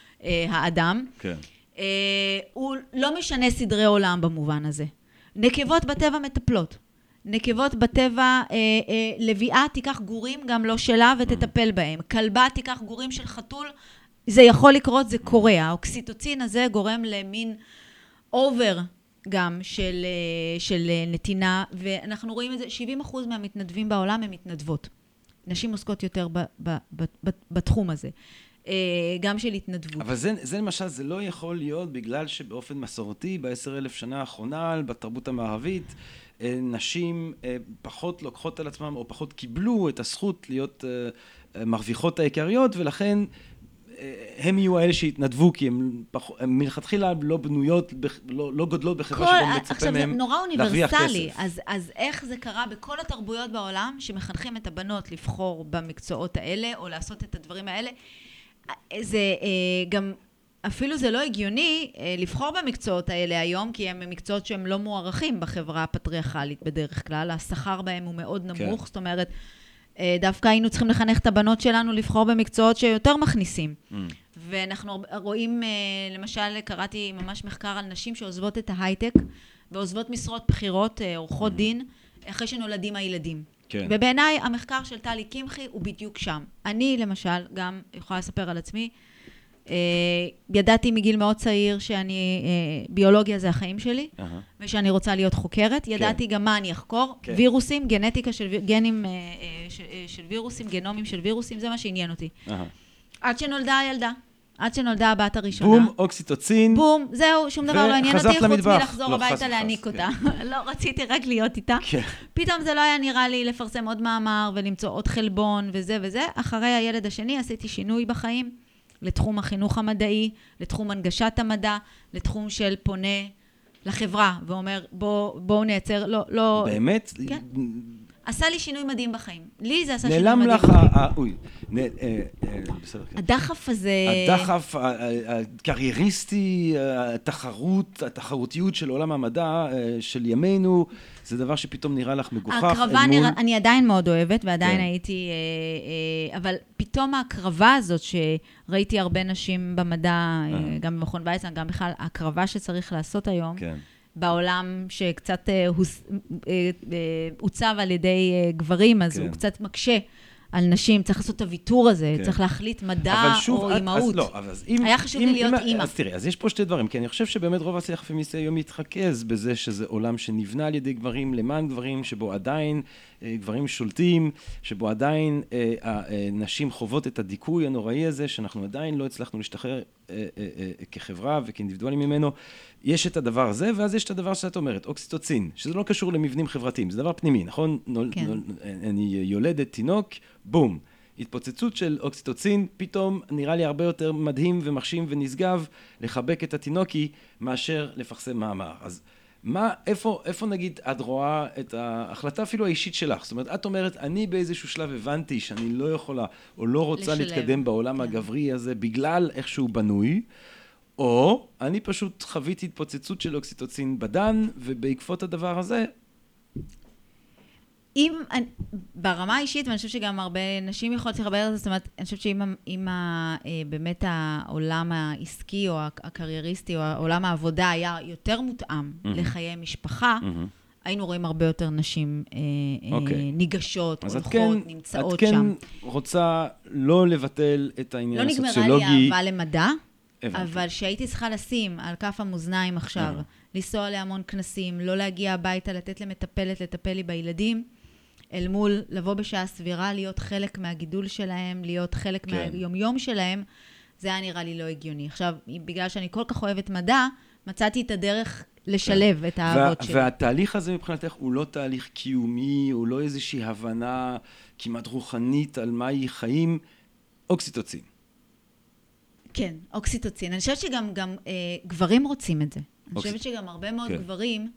האדם. כן. הוא לא משנה סדרי עולם במובן הזה. נקבות בטבע מטפלות. נקבות בטבע, אה, אה, לביאה תיקח גורים, גם לא שלה, ותטפל בהם. כלבה תיקח גורים של חתול, זה יכול לקרות, זה קורה. האוקסיטוצין הזה גורם למין אובר גם של, אה, של נתינה, ואנחנו רואים את זה, שבעים אחוז מהמתנדבים בעולם הם מתנדבות. נשים עוסקות יותר ב, ב, ב, ב, בתחום הזה. גם של התנדבות. אבל זה, זה למשל, זה לא יכול להיות בגלל שבאופן מסורתי, בעשר אלף שנה האחרונה, בתרבות המערבית, נשים פחות לוקחות על עצמם, או פחות קיבלו את הזכות להיות מרוויחות העיקריות, ולכן הם יהיו האלה שהתנדבו, כי הם, פח, הם מלכתחילה לא בנויות, לא, לא גודלות בחברה שגם מצפה מהם להרוויח כסף. עכשיו, זה נורא אוניברסלי, אז, אז איך זה קרה בכל התרבויות בעולם, שמחנכים את הבנות לבחור במקצועות האלה, או לעשות את הדברים האלה, זה גם, אפילו זה לא הגיוני לבחור במקצועות האלה היום, כי הם מקצועות שהם לא מוערכים בחברה הפטריארכלית בדרך כלל, השכר בהם הוא מאוד נמוך, כן. זאת אומרת, דווקא היינו צריכים לחנך את הבנות שלנו לבחור במקצועות שיותר מכניסים. Mm. ואנחנו רואים, למשל, קראתי ממש מחקר על נשים שעוזבות את ההייטק, ועוזבות משרות בחירות, עורכות mm. דין, אחרי שנולדים הילדים. כן. ובעיניי המחקר של טלי קמחי הוא בדיוק שם. אני למשל גם יכולה לספר על עצמי, אה, ידעתי מגיל מאוד צעיר שאני, אה, ביולוגיה זה החיים שלי, uh-huh. ושאני רוצה להיות חוקרת. ידעתי כן. גם מה אני אחקור, כן. וירוסים, גנטיקה של גנים אה, של, של וירוסים, גנומים של וירוסים, זה מה שעניין אותי. Uh-huh. עד שנולדה הילדה. עד שנולדה הבת הראשונה. בום, אוקסיטוצין. בום, זהו, שום דבר לא עניין אותי, חוץ מלחזור הביתה להעניק אותה. לא, רציתי רק להיות איתה. פתאום זה לא היה נראה לי לפרסם עוד מאמר ולמצוא עוד חלבון וזה וזה. אחרי הילד השני עשיתי שינוי בחיים לתחום החינוך המדעי, לתחום הנגשת המדע, לתחום של פונה לחברה, ואומר בואו נייצר, לא, לא... באמת? כן. עשה לי שינוי מדהים בחיים. לי זה עשה שינוי מדהים בחיים. נעלם לך, אוי, בסדר. הדחף הזה... הדחף הקרייריסטי, התחרות, התחרותיות של עולם המדע של ימינו, זה דבר שפתאום נראה לך מגוחך. הקרבה, אני עדיין מאוד אוהבת, ועדיין הייתי, אבל פתאום ההקרבה הזאת, שראיתי הרבה נשים במדע, גם במכון ויצמן, גם בכלל, ההקרבה שצריך לעשות היום, כן. בעולם שקצת הוצב על ידי גברים, אז הוא קצת מקשה על נשים, צריך לעשות את הוויתור הזה, צריך להחליט מדע או אימהות. היה חשוב לי להיות אימא. אז תראי, אז יש פה שתי דברים, כי אני חושב שבאמת רוב השיח הפמיניסטי היום מתרכז בזה שזה עולם שנבנה על ידי גברים, למען גברים, שבו עדיין גברים שולטים, שבו עדיין נשים חוות את הדיכוי הנוראי הזה, שאנחנו עדיין לא הצלחנו להשתחרר כחברה וכאינדיבידואלים ממנו. יש את הדבר הזה, ואז יש את הדבר שאת אומרת, אוקסיטוצין, שזה לא קשור למבנים חברתיים, זה דבר פנימי, נכון? כן. אני יולדת תינוק, בום. התפוצצות של אוקסיטוצין, פתאום נראה לי הרבה יותר מדהים ומחשים ונשגב לחבק את התינוקי, מאשר לפרסם מאמר. אז מה, איפה, איפה נגיד את רואה את ההחלטה אפילו האישית שלך? זאת אומרת, את אומרת, אני באיזשהו שלב הבנתי שאני לא יכולה, או לא רוצה לשלב. להתקדם בעולם כן. הגברי הזה, בגלל איך שהוא בנוי, או אני פשוט חוויתי התפוצצות של אוקסיטוצין בדן, ובעקבות הדבר הזה... אם, ברמה האישית, ואני חושבת שגם הרבה נשים יכולות לחבר את זה, זאת אומרת, אני חושבת שאם אם, באמת העולם העסקי או הקרייריסטי או עולם העבודה היה יותר מותאם mm-hmm. לחיי משפחה, mm-hmm. היינו רואים הרבה יותר נשים okay. ניגשות, הולכות, כן, נמצאות שם. את כן רוצה לא לבטל את העניין לא הסוציולוגי. לא נגמרה לי אהבה למדע, הבנתי. אבל שהייתי צריכה לשים על כף המאזניים עכשיו, uh-huh. לנסוע להמון כנסים, לא להגיע הביתה, לתת למטפלת, לטפל לי בילדים, אל מול לבוא בשעה סבירה, להיות חלק מהגידול שלהם, להיות חלק כן. מהיומיום שלהם, זה היה נראה לי לא הגיוני. עכשיו, בגלל שאני כל כך אוהבת מדע, מצאתי את הדרך לשלב כן. את האהבות וה, שלי. והתהליך הזה מבחינתך הוא לא תהליך קיומי, הוא לא איזושהי הבנה כמעט רוחנית על מהי חיים, אוקסיטוצין. כן, אוקסיטוצין. אני חושבת שגם גם, אה, גברים רוצים את זה. אני חושבת שגם הרבה מאוד כן. גברים...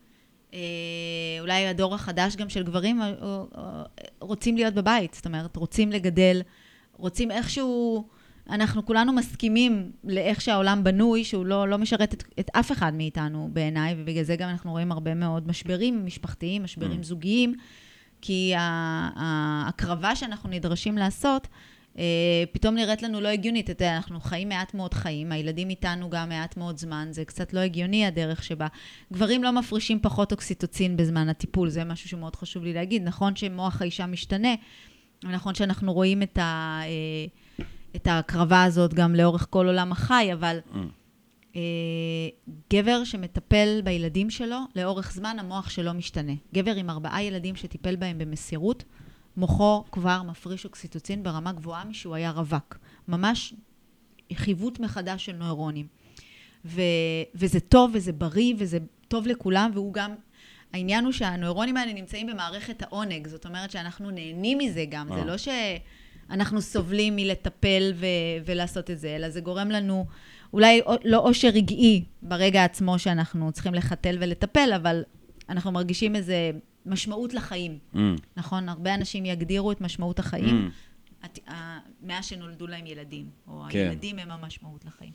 אולי הדור החדש גם של גברים רוצים להיות בבית, זאת אומרת, רוצים לגדל, רוצים איכשהו, אנחנו כולנו מסכימים לאיך שהעולם בנוי, שהוא לא, לא משרת את, את אף אחד מאיתנו בעיניי, ובגלל זה גם אנחנו רואים הרבה מאוד משברים משפחתיים, משברים mm. זוגיים, כי ההקרבה שאנחנו נדרשים לעשות, פתאום נראית לנו לא הגיונית. אתה יודע, אנחנו חיים מעט מאוד חיים, הילדים איתנו גם מעט מאוד זמן, זה קצת לא הגיוני הדרך שבה. גברים לא מפרישים פחות אוקסיטוצין בזמן הטיפול, זה משהו שמאוד חשוב לי להגיד. נכון שמוח האישה משתנה, ונכון שאנחנו רואים את, ה, את ההקרבה הזאת גם לאורך כל עולם החי, אבל mm. גבר שמטפל בילדים שלו, לאורך זמן המוח שלו משתנה. גבר עם ארבעה ילדים שטיפל בהם במסירות, מוחו כבר מפריש אוקסיטוצין ברמה גבוהה משהוא היה רווק. ממש חיווט מחדש של נוירונים. ו, וזה טוב וזה בריא וזה טוב לכולם, והוא גם, העניין הוא שהנוירונים האלה נמצאים במערכת העונג, זאת אומרת שאנחנו נהנים מזה גם, זה לא שאנחנו סובלים מלטפל ו, ולעשות את זה, אלא זה גורם לנו, אולי לא אושר רגעי ברגע עצמו שאנחנו צריכים לחתל ולטפל, אבל אנחנו מרגישים איזה משמעות לחיים, mm. נכון? הרבה אנשים יגדירו את משמעות החיים, mm. מאז שנולדו להם ילדים, או כן. הילדים הם המשמעות לחיים.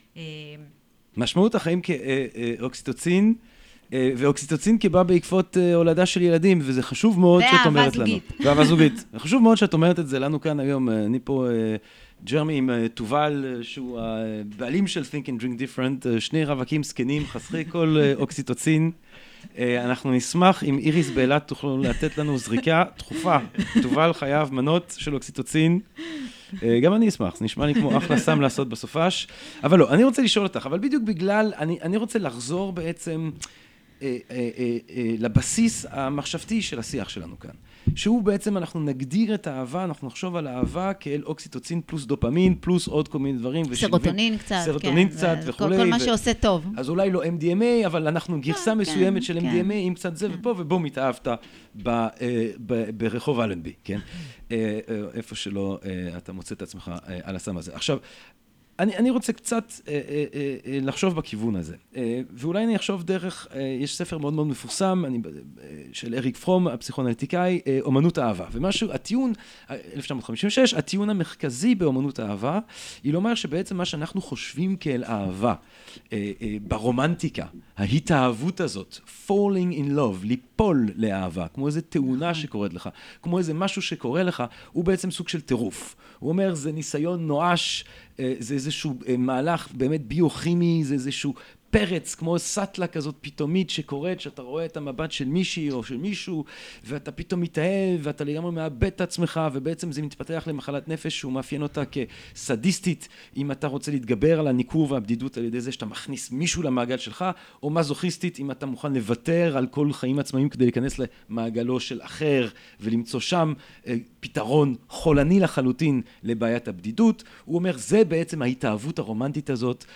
משמעות החיים כאוקסיטוצין, ואוקסיטוצין כבא בעקבות הולדה של ילדים, וזה חשוב מאוד שאת אומרת לנו. ואהבה זוגית. חשוב מאוד שאת אומרת את זה לנו כאן היום. אני פה, ג'רמי עם תובל, שהוא הבעלים של Think and Drink Different, שני רווקים סקנים, חסרי כל אוקסיטוצין. אנחנו נשמח אם איריס באילת תוכלו לתת לנו זריקה דחופה. תובל חייב מנות של אוקסיטוצין. גם אני אשמח, זה נשמע לי כמו אחלה סם לעשות בסופש. אבל לא, אני רוצה לשאול אותך, אבל בדיוק בגלל, אני, אני רוצה לחזור בעצם אה, אה, אה, אה, לבסיס המחשבתי של השיח שלנו כאן. שהוא בעצם, אנחנו נגדיר את האהבה, אנחנו נחשוב על האהבה כאל אוקסיטוצין פלוס דופמין, פלוס עוד כל מיני דברים. סרוטונין קצת, סרוטונין כן. קצת וכו'. כל, כל מה שעושה טוב. אז אולי לא אם די אם איי, אבל אנחנו גרסה כן, מסוימת של כן. אם די אם איי, עם קצת זה כן. ופה, ובוא מתאהבת ב, ב, ב, ברחוב אלנבי, כן? איפה שלא אתה מוצא את עצמך על הסם הזה. עכשיו, אני, אני רוצה קצת אה, אה, אה, לחשוב בכיוון הזה, אה, ואולי אני אחשוב דרך, אה, יש ספר מאוד מאוד מפורסם, אני, אה, של אריק פרום, הפסיכואנליטיקאי, אה, אומנות האהבה, ומשהו, הטיעון, אלף תשע מאות חמישים ושש, הטיעון המרכזי באומנות האהבה, היא לומר שבעצם מה שאנחנו חושבים כאל אהבה, אה, אה, ברומנטיקה, ההתאהבות הזאת, falling in love, ליפול לאהבה, כמו איזו תאונה שקורית לך, כמו איזה משהו שקורה לך, הוא בעצם סוג של טירוף. הוא אומר, זה ניסיון נואש, זה איזשהו מהלך באמת ביוכימי, זה איזשהו פרץ, כמו סטלה כזאת פתאומית שקורית, שאתה רואה את המבט של מישהי או של מישהו, ואתה פתאום מתאהב, ואתה לגמרי מאבד את עצמך, ובעצם זה מתפתח למחלת נפש, שהוא מאפיין אותה כסדיסטית, אם אתה רוצה להתגבר על הניכור והבדידות על ידי זה שאתה מכניס מישהו למעגל שלך, או מזוכיסטית, אם אתה מוכן לוותר על כל חיים עצמאיים כדי להיכנס למעגלו של אחר, ולמצוא שם פתרון חולני לחלוטין לבעיית הבדידות. הוא אומר, זה בעצם ההתאהבות הרומנטית הזאת,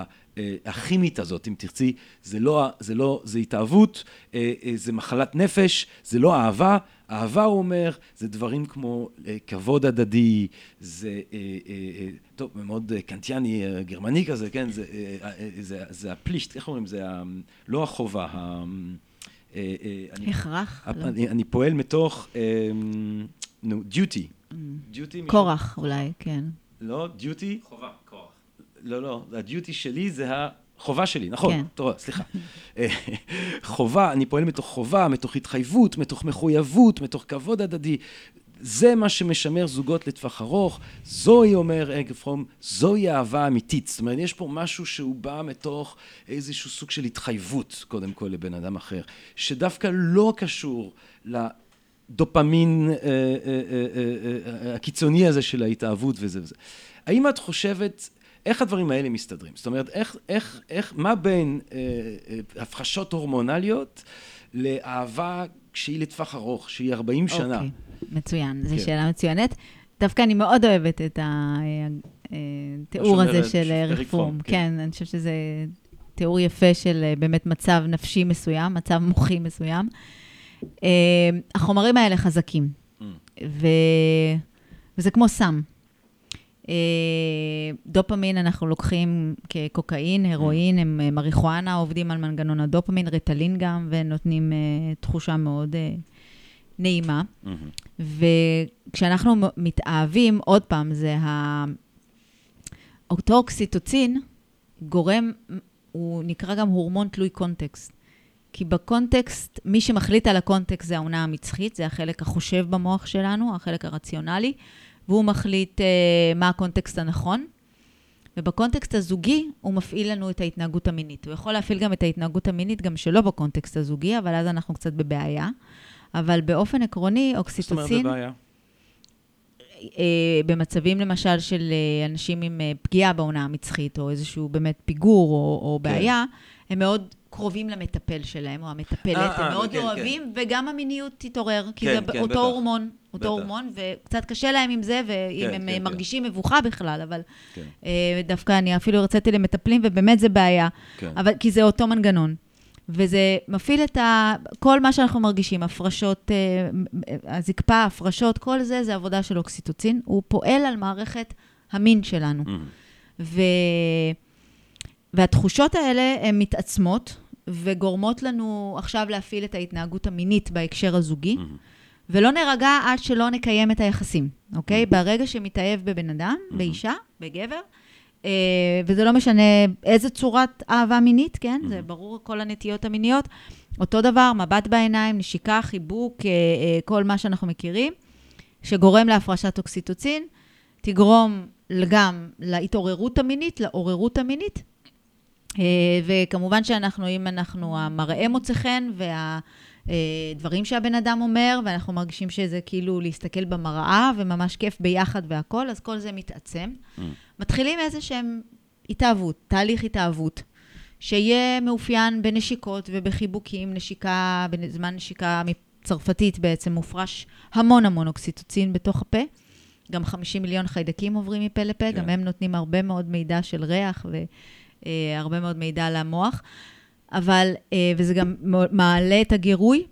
הכימית הזאת, אם תרצי, זה לא, זה לא, זה התאהבות, זה מחלת נפש, זה לא אהבה. אהבה, הוא אומר, זה דברים כמו כבוד הדדי, זה, טוב, מאוד קנטיאני, גרמני כזה, כן, זה, זה, זה הפלישט, איך אומרים, זה לא החובה, הכרח. אני, אני פועל מתוך, נו, דיוטי. כורח, אולי, כן. לא, דיוטי. חובה, כורח. לא, לא, הדיוטי שלי זה החובה שלי, נכון, כן. טוב, סליחה. חובה, אני פועל מתוך חובה, מתוך התחייבות, מתוך מחויבות, מתוך כבוד הדדי. זה מה שמשמר זוגות לטווח ארוך. זוהי, אומר אריק פרום, זוהי אהבה אמיתית. זאת אומרת, יש פה משהו שהוא בא מתוך איזשהו סוג של התחייבות, קודם כל, לבן אדם אחר, שדווקא לא קשור לדופמין אה, אה, אה, אה, הקיצוני הזה של ההתאהבות וזה וזה. האם את חושבת, איך הדברים האלה מסתדרים? זאת אומרת, איך, איך, איך, מה בין אה, אה, הפחשות הורמונליות לאהבה כשהיא לטווח ארוך, שהיא ארבעים שנה? אוקיי, מצוין. זו שאלה מצוינת. דווקא אני מאוד אוהבת את התיאור הזה של אריק פרום. כן, אני חושבת שזה תיאור יפה של באמת מצב נפשי מסוים, מצב מוחי מסוים. החומרים האלה חזקים, וזה כמו סם. דופמין אנחנו לוקחים כקוקאין, הרואין, הם מריחואנה, עובדים על מנגנון הדופמין, ריטלין גם, ונותנים תחושה מאוד נעימה. וכשאנחנו מתאהבים, עוד פעם, זה אותו אוקסיטוצין, גורם, הוא נקרא גם הורמון תלוי קונטקסט. כי בקונטקסט, מי שמחליט על הקונטקסט זה העונה המצחית, זה החלק החושב במוח שלנו, החלק הרציונלי, והוא מחליט uh, מה הקונטקסט הנכון. ובקונטקסט הזוגי, הוא מפעיל לנו את ההתנהגות המינית. הוא יכול להפעיל גם את ההתנהגות המינית, גם שלא בקונטקסט הזוגי, אבל אז אנחנו קצת בבעיה. אבל באופן עקרוני, אוקסיטוצין... זאת אומרת בבעיה? Uh, במצבים למשל של uh, אנשים עם uh, פגיעה בעונה המצחית, או איזשהו באמת פיגור או, או כן. בעיה, הם מאוד קרובים למטפל שלהם, או המטפלת, 아, הם 아, מאוד כן, אוהבים, כן. וגם המיניות תתעורר, כי כן, זה כן, אותו בטח. הורמון, אותו בטח. הורמון, וקצת קשה להם עם זה, ואם כן, הם כן, מרגישים כן. מבוכה בכלל, אבל כן. uh, דווקא אני אפילו רציתי למטפלים, ובאמת זה בעיה, כן. אבל, כי זה אותו מנגנון. וזה מפעיל את ה... כל מה שאנחנו מרגישים, הפרשות, הזקפה, הפרשות, כל זה, זה עבודה של אוקסיטוצין. הוא פועל על מערכת המין שלנו. Mm-hmm. ו... והתחושות האלה הן מתעצמות, וגורמות לנו עכשיו להפעיל את ההתנהגות המינית בהקשר הזוגי, mm-hmm. ולא נרגע עד שלא נקיים את היחסים, אוקיי? Mm-hmm. ברגע שמתאהב בבן אדם, mm-hmm. באישה, בגבר, וזה לא משנה איזה צורת אהבה מינית, כן? זה ברור, כל הנטיות המיניות. אותו דבר, מבט בעיניים, נשיקה, חיבוק, כל מה שאנחנו מכירים, שגורם להפרשת אוקסיטוצין, תגרום גם להתעוררות המינית, לעוררות המינית, וכמובן שאנחנו, אם אנחנו המראה מוצא חן, והדברים שהבן אדם אומר, ואנחנו מרגישים שזה כאילו להסתכל במראה, וממש כיף ביחד והכל, אז כל זה מתעצם. מתחילים איזה שהם התאהבות, תהליך התאהבות, שיהיה מאופיין בנשיקות ובחיבוקים, נשיקה, בזמן נשיקה מצרפתית בעצם מופרש המון המון אוקסיטוצין בתוך הפה. גם חמישים מיליון חיידקים עוברים מפה לפה, כן. גם הם נותנים הרבה מאוד מידע של ריח והרבה מאוד מידע למוח. אבל, וזה גם מעלה את הגירוי.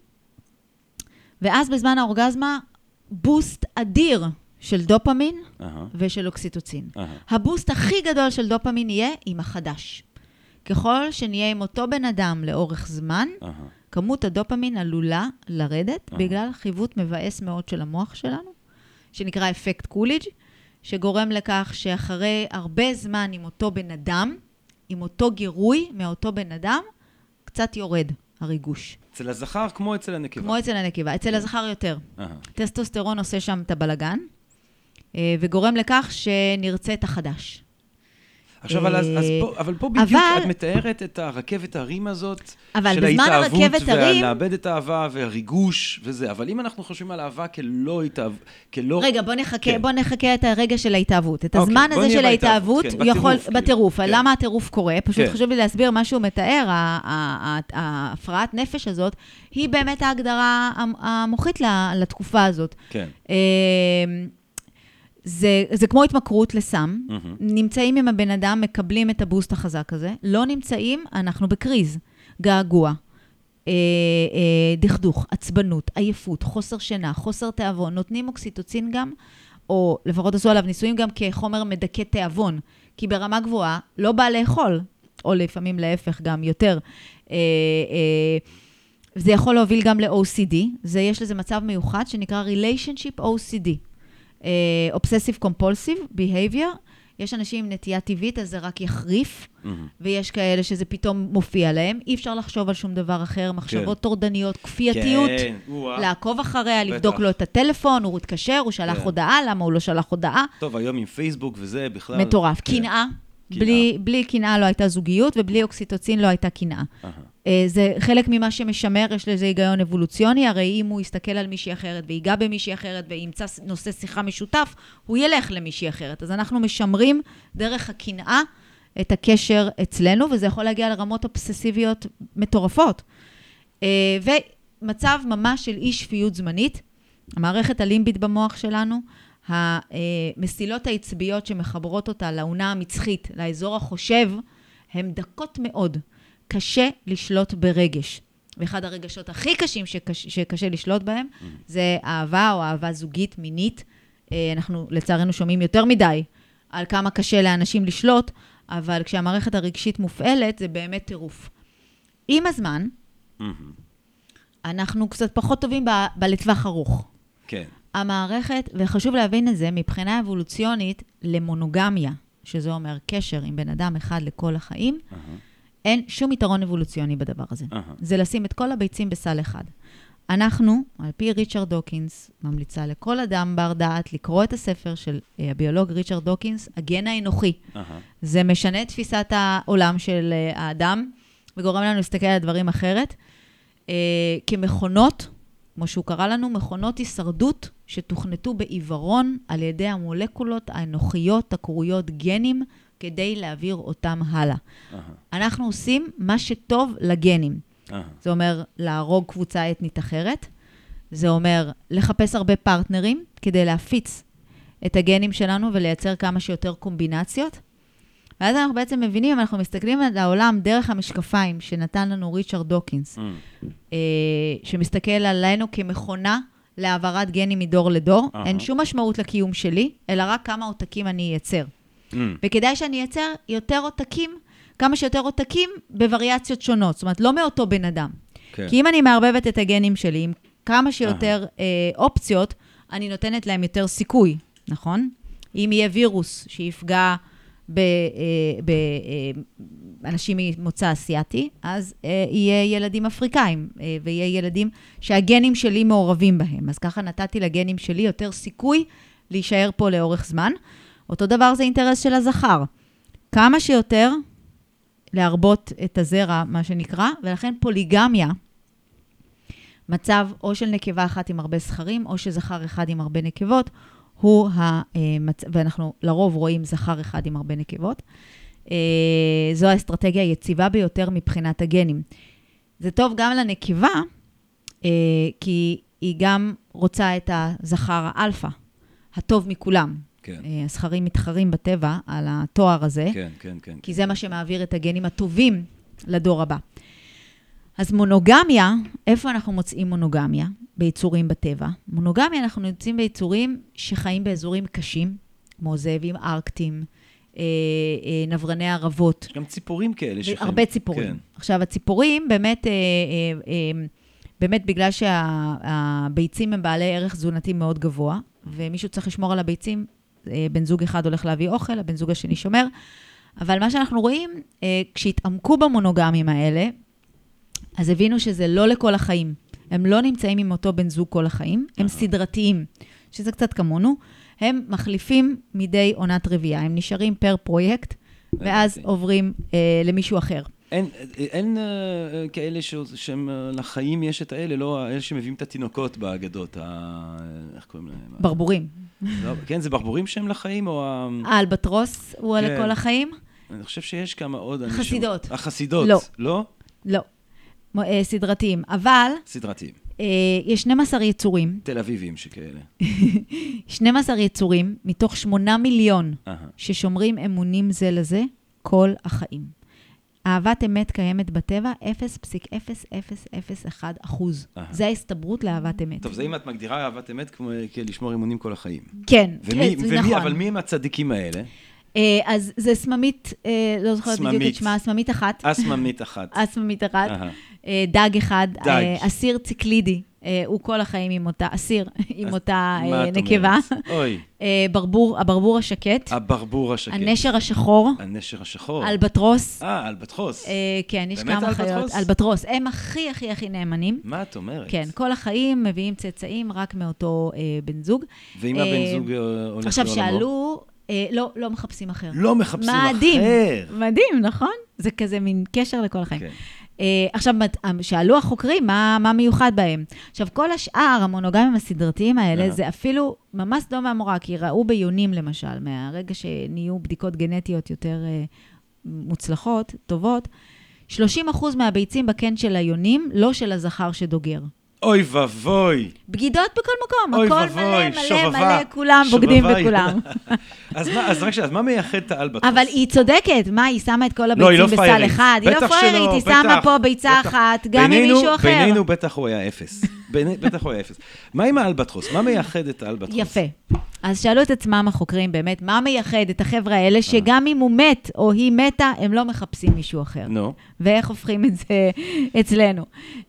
ואז בזמן האורגזמה, בוסט אדיר של דופמין uh-huh. ושל אוקסיטוצין. Uh-huh. הבוסט הכי גדול של דופמין יהיה עם החדש. ככל שנהיה עם אותו בן אדם לאורך זמן, uh-huh. כמות הדופמין עלולה לרדת, uh-huh. בגלל חיווט מבאס מאוד של המוח שלנו, שנקרא אפקט קוליג', שגורם לכך שאחרי הרבה זמן עם אותו בן אדם, עם אותו גירוי מאותו בן אדם, קצת יורד הריגוש. אצל הזכר כמו אצל הנקבה. כמו אצל הנקבה, אצל הזכר יותר. Uh-huh. טסטוסטרון עושה שם את הבלגן, וגורם לכך שנרצה את החדש. עכשיו, אז, אז פה, אבל פה בדיוק אבל, את מתארת את הרכבת הרים הזאת, של ההתאהבות, ולאבד את האהבה והריגוש וזה. אבל אם אנחנו חושבים על אהבה כלא התאהב, כלא... רגע, בוא נחכה, כן. בוא נחכה את הרגע של ההתאהבות. את הזמן אוקיי, הזה של ההתאהבות, כן, יכול, בטירוף. בטירוף. כן. למה הטירוף קורה? פשוט כן. חשוב לי להסביר מה שהוא מתאר, ההפרעת נפש הזאת, היא באמת ההגדרה המוחית לתקופה הזאת. כן. זה, זה כמו התמכרות לסם, mm-hmm. נמצאים עם הבן אדם, מקבלים את הבוסט החזק הזה, לא נמצאים, אנחנו בקריז, געגוע, אה, אה, דכדוך, עצבנות, עייפות, חוסר שינה, חוסר תיאבון, נותנים אוקסיטוצין גם, או לפחות עשו עליו ניסויים גם כחומר מדכא תיאבון, כי ברמה גבוהה לא בא לאכול, או לפעמים להפך גם יותר. אה, אה, זה יכול להוביל גם ל-או סי די, זה, יש לזה מצב מיוחד שנקרא Relationship או סי די. Obsessive Compulsive Behavior, יש אנשים עם נטייה טבעית, אז זה רק יחריף, mm-hmm. ויש כאלה שזה פתאום מופיע להם, אי אפשר לחשוב על שום דבר אחר, מחשבות כן. טורדניות, כפייתיות, כן. לעקוב אחריה, בטח. לבדוק לו את הטלפון, הוא התקשר, הוא שלח כן. הודעה, למה הוא לא שלח הודעה. טוב, היום עם פייסבוק וזה בכלל... מטורף, כן. קנאה, בלי, בלי קנאה לא הייתה זוגיות, ובלי אוקסיטוצין לא הייתה קנאה. Uh-huh. זה חלק ממה שמשמר, יש לזה היגיון אבולוציוני, הרי אם הוא יסתכל על מישהי אחרת, ויגע במישהי אחרת, וימצא נושא שיחה משותף, הוא ילך למישהי אחרת. אז אנחנו משמרים דרך הקנאה את הקשר אצלנו, וזה יכול להגיע לרמות אובססיביות מטורפות. ומצב ממש של אי שפיות זמנית, המערכת הלימבית במוח שלנו, המסילות העצביות שמחברות אותה לעונה המצחית, לאזור החושב, הן דקות מאוד. קשה לשלוט ברגש. ואחד הרגשות הכי קשים שקש, שקשה לשלוט בהם, זה אהבה או אהבה זוגית, מינית. אנחנו לצערנו שומעים יותר מדי על כמה קשה לאנשים לשלוט, אבל כשהמערכת הרגשית מופעלת, זה באמת טירוף. עם הזמן, mm-hmm. אנחנו קצת פחות טובים ב- בלטווח ארוך. כן. המערכת, וחשוב להבין את זה, מבחינה אבולוציונית, למונוגמיה, שזה אומר קשר עם בן אדם אחד לכל החיים, uh-huh. אין שום יתרון אבולוציוני בדבר הזה. Uh-huh. זה לשים את כל הביצים בסל אחד. אנחנו, על פי ריצ'רד דוקינס, ממליצה לכל אדם בר דעת לקרוא את הספר של uh, הביולוג ריצ'רד דוקינס, הגן האנוכי. Uh-huh. זה משנה את תפיסת העולם של uh, האדם, וגורם לנו להסתכל על דברים אחרת. Uh, כמכונות, כמו שהוא קרא לנו, מכונות הישרדות שתוכנתו בעיוורון על ידי המולקולות האנוכיות, הקרויות גנים, כדי להעביר אותם הלאה. Uh-huh. אנחנו עושים מה שטוב לגנים. Uh-huh. זה אומר להרוג קבוצה אתנית אחרת, זה אומר לחפש הרבה פרטנרים, כדי להפיץ את הגנים שלנו ולייצר כמה שיותר קומבינציות. ואז אנחנו בעצם מבינים, אנחנו מסתכלים על העולם דרך המשקפיים שנתן לנו ריצ'רד דוקינס, mm. אה, שמסתכל עלינו כמכונה להעברת גנים מדור לדור. Uh-huh. אין שום משמעות לקיום שלי, אלא רק כמה עותקים אני ייצר. Mm. וכדאי שאני ייצר יותר עותקים, כמה שיותר עותקים בווריאציות שונות. זאת אומרת, לא מאותו בן אדם. Okay. כי אם אני מערבבת את הגנים שלי עם כמה שיותר uh-huh. אה, אופציות, אני נותנת להם יותר סיכוי, נכון? אם יהיה וירוס שיפגע באנשים ממוצא אסיאטי, אז יהיה ילדים אפריקאים, ויהיה ילדים שהגנים שלי מעורבים בהם. אז ככה נתתי לגנים שלי יותר סיכוי להישאר פה לאורך זמן. אותו דבר זה אינטרס של הזכר. כמה שיותר להרבות את הזרע, מה שנקרא, ולכן פוליגמיה, מצב או של נקבה אחת עם הרבה זכרים, או שזכר אחד עם הרבה נקבות, הוא, המצ... ואנחנו לרוב רואים זכר אחד עם הרבה נקבות. זו האסטרטגיה היציבה ביותר מבחינת הגנים. זה טוב גם לנקבה, כי היא גם רוצה את הזכר האלפא, הטוב מכולם. כן. הזכרים מתחרים בטבע על התואר הזה, כן, כן, כן, כי זה מה שמעביר את הגנים הטובים לדור הבא. אז מונוגמיה, איפה אנחנו מוצאים מונוגמיה? ביצורים בטבע. מונוגמיה אנחנו מוצאים ביצורים שחיים באזורים קשים, כמו זאבים ארקטיים, אה, אה, נברני ערבות. יש גם ציפורים כאלה שחיים. הרבה ציפורים. כן. עכשיו, הציפורים באמת, אה, אה, אה, באמת בגלל שהביצים הם בעלי ערך תזונתי מאוד גבוה, ומישהו צריך לשמור על הביצים, אה, בן זוג אחד הולך להביא אוכל, הבן זוג השני שומר, אבל מה שאנחנו רואים, אה, כשהתעמקו במונוגמים האלה, אז הבינו שזה לא לכל החיים. הם לא נמצאים עם אותו בן זוג כל החיים, הם סדרתיים, שזה קצת כמונו. הם מחליפים מדי עונת רבייה, הם נשארים פר פרויקט, ואז עוברים אה, למישהו אחר. אין, אין אה, כאלה ש, שהם לחיים יש את האלה, לא אלה שמביאים את התינוקות באגדות, ה... איך קוראים להם? ברבורים. לא, כן, זה ברבורים שהם לחיים, או... האלבטרוס הוא כן. לכל החיים? אני חושב שיש כמה עוד... חסידות. אנשים... החסידות, לא. לא? לא. סדרתיים, אבל... סדרתיים. יש שנים עשר יצורים. תל אביבים שכאלה. שנים עשר יצורים, מתוך שמונה מיליון, ששומרים אמונים זה לזה, כל החיים. אהבת אמת קיימת בטבע, אפס נקודה אפס אפס אפס אחת אחוז. זה ההסתברות לאהבת אמת. טוב, זה אם את מגדירה אהבת אמת כמו לשמור אמונים כל החיים. כן, נכון. אבל מי הם הצדיקים האלה? אז זה סממית, לא זוכרת בדיוק את שמה, סממית אחת. הסממית אחת. הסממית אחת. דג אחד, אסיר ציקלידי, הוא כל החיים עם אותה, אסיר עם אותה נקבה. אוי. ברבור, הברבור השקט. הברבור השקט. הנשר השחור. הנשר השחור. אלבטרוס. אה, אלבטרוס. כן, יש כמה חיות. אלבטרוס. הם הכי הכי הכי נאמנים. מה את אומרת? כן, כל החיים מביאים צאצאים רק מאותו בן זוג. ואם הבן זוג הולך לעולמו? עכשיו שאלו... לא, לא מחפשים אחר. לא מחפשים מדהים, אחר. מדהים, נכון? זה כזה מין קשר לכל החיים. Okay. עכשיו, שאלו החוקרים, מה, מה מיוחד בהם? עכשיו, כל השאר, המונוגמים הסדרתיים האלה, זה אפילו ממש דומה מהמורה, כי ראו ביונים למשל, מהרגע שנהיו בדיקות גנטיות יותר מוצלחות, טובות, שלושים אחוז מהביצים בקן של היונים, לא של הזכר שדוגר. אוי ובוי. בגידות בכל מקום, הכל מלא, מלא, מלא, כולם בוגדים בכולם. אז רק שאלה, אז מה מייחד את האלבטרוס? אבל היא צודקת, מה, היא שמה את כל הביצים בסל אחד? היא לא פריירית, היא שמה פה ביצה אחת, גם עם מישהו אחר. בינינו בטח הוא היה אפס. בטח הוא היה אפס. מה עם האלבטרוס? מה מייחד את האלבטרוס? יפה. אז שאלו את עצמם החוקרים באמת, מה מייחד את החבר'ה האלה, שגם אם הוא מת או היא מתה, הם לא מחפשים מישהו אחר. נו. ואיך הופכים את זה אצלנו.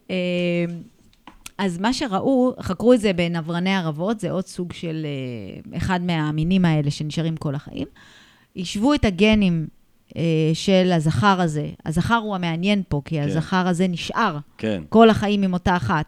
אז מה שראו, חקרו את זה בנברני ערבות, זה עוד סוג של אחד מהמינים האלה שנשארים כל החיים. ישבו את הגנים של הזכר הזה. הזכר הוא המעניין פה, כי הזכר הזה נשאר כל החיים עם אותה אחת.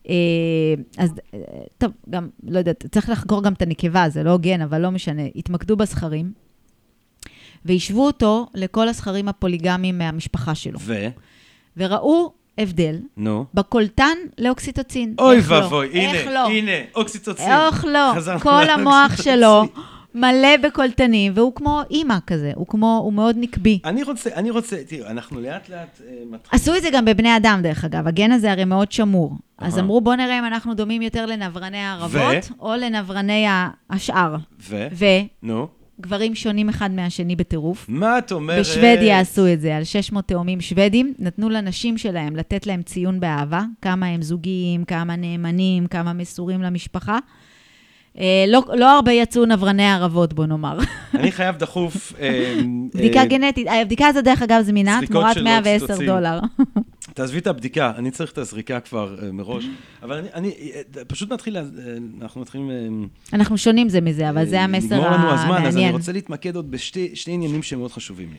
אז טוב, גם, לא יודעת, צריך לחקור גם את הנקבה, זה לא הוגן, אבל לא משנה. התמקדו בזכרים, וישבו אותו לכל הזכרים הפוליגמיים מהמשפחה שלו. ו? וראו הבדל, נו. בקולטן לאוקסיטוצין. אוי ואבוי, הנה, איך לא? הנה, אוקסיטוצין. איך לא? כל המוח שלו מלא בקולטנים, והוא כמו אימא כזה, הוא כמו, הוא מאוד נקבי. אני רוצה, אני רוצה, תראו, אנחנו לאט לאט מתחילים. עשו את זה גם בבני אדם, דרך אגב, הגן הזה הרי מאוד שמור. אז אמרו, בוא נראה אם אנחנו דומים יותר לנברני הערבות, או לנברני השאר. ו? ו? נו. גברים שונים אחד מהשני בטירוף. מה את אומרת? בשוודיה עשו את זה, על שש מאות תאומים שוודים, נתנו לנשים שלהם לתת להם ציון באהבה, כמה הם זוגיים, כמה נאמנים, כמה מסורים למשפחה. לא, לא הרבה יצאו נברני הערבות, בוא נאמר. אני חייב דחוף... בדיקה גנטית. הבדיקה הזאת, דרך אגב, זמינה, תמורת מאה ועשר דולר. תעזבי את הבדיקה, אני צריך את הזריקה כבר מראש. אבל אני, אני פשוט מתחיל, אנחנו מתחילים... אנחנו שונים זה מזה, אבל זה המסר המעניין. נגמור לנו הזמן, אז אני רוצה להתמקד עוד בשתי עניינים שהם מאוד חשובים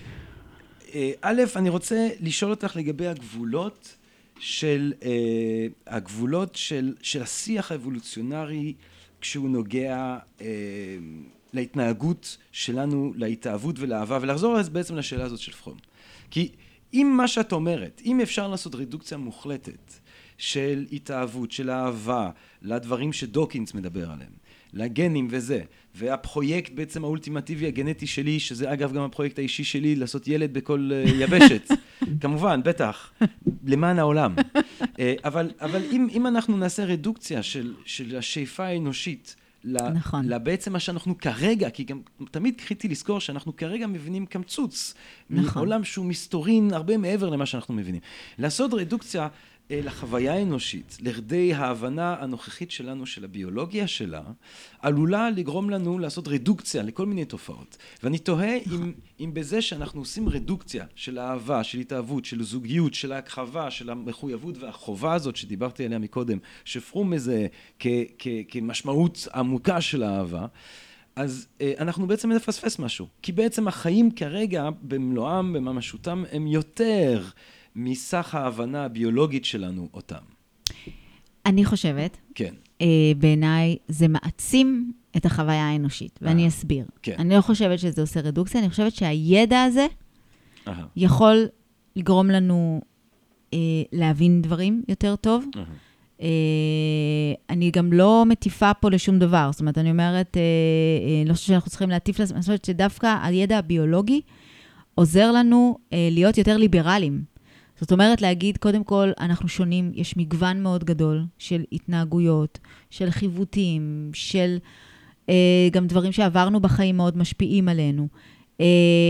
לי. א', אני רוצה לשאול אותך לגבי הגבולות של, הגבולות של, של השיח האבולוציונרי, כשהוא נוגע אה, להתנהגות שלנו, להתאהבות ולאהבה, ולחזור בעצם לשאלה הזאת של פרום. כי אם מה שאת אומרת, אם אפשר לעשות רדוקציה מוחלטת של התאהבות, של אהבה, לדברים שדוקינס מדבר עליהם, לגנים וזה, והפרויקט בעצם האולטימטיבי הגנטי שלי, שזה אגב גם הפרויקט האישי שלי, לעשות ילד בכל uh, יבשת, כמובן, בטח, למען העולם. uh, אבל, אבל אם, אם אנחנו נעשה רדוקציה של, של השאיפה האנושית, נכון. לבעצם מה שאנחנו כרגע, כי גם תמיד קריטי לזכור שאנחנו כרגע מבינים קמצוץ, נכון. מעולם שהוא מסתורין הרבה מעבר למה שאנחנו מבינים. לעשות רדוקציה לחוויה האנושית, לכדי ההבנה הנוכחית שלנו של הביולוגיה שלה, עלולה לגרום לנו לעשות רדוקציה לכל מיני תופעות. ואני תוהה אם, אם בזה שאנחנו עושים רדוקציה של האהבה, של התאהבות, של זוגיות, של ההכחבה, של המחויבות והחובה הזאת שדיברתי עליה מקודם, שפרום מזה כ, כ, כמשמעות עמוקה של האהבה, אז אה, אנחנו בעצם נפספס משהו. כי בעצם החיים כרגע במלואם, בממשותם, הם יותר מסך ההבנה הביולוגית שלנו אותם. אני חושבת, כן. אה, בעיניי זה מעצים את החוויה האנושית, ואני אסביר. כן. אני לא חושבת שזה עושה רדוקציה, אני חושבת שהידע הזה אהה. יכול לגרום לנו אה, להבין דברים יותר טוב. אהה. אה, אני גם לא מטיפה פה לשום דבר, זאת אומרת, אני אומרת, אה, אה, לא חושבת שאנחנו צריכים להטיף לזה, אני חושבת שדווקא הידע הביולוגי עוזר לנו אה, להיות יותר ליברליים. זאת אומרת, להגיד, קודם כל, אנחנו שונים, יש מגוון מאוד גדול של התנהגויות, של חיוותים, של אה, גם דברים שעברנו בחיים מאוד משפיעים עלינו. אה,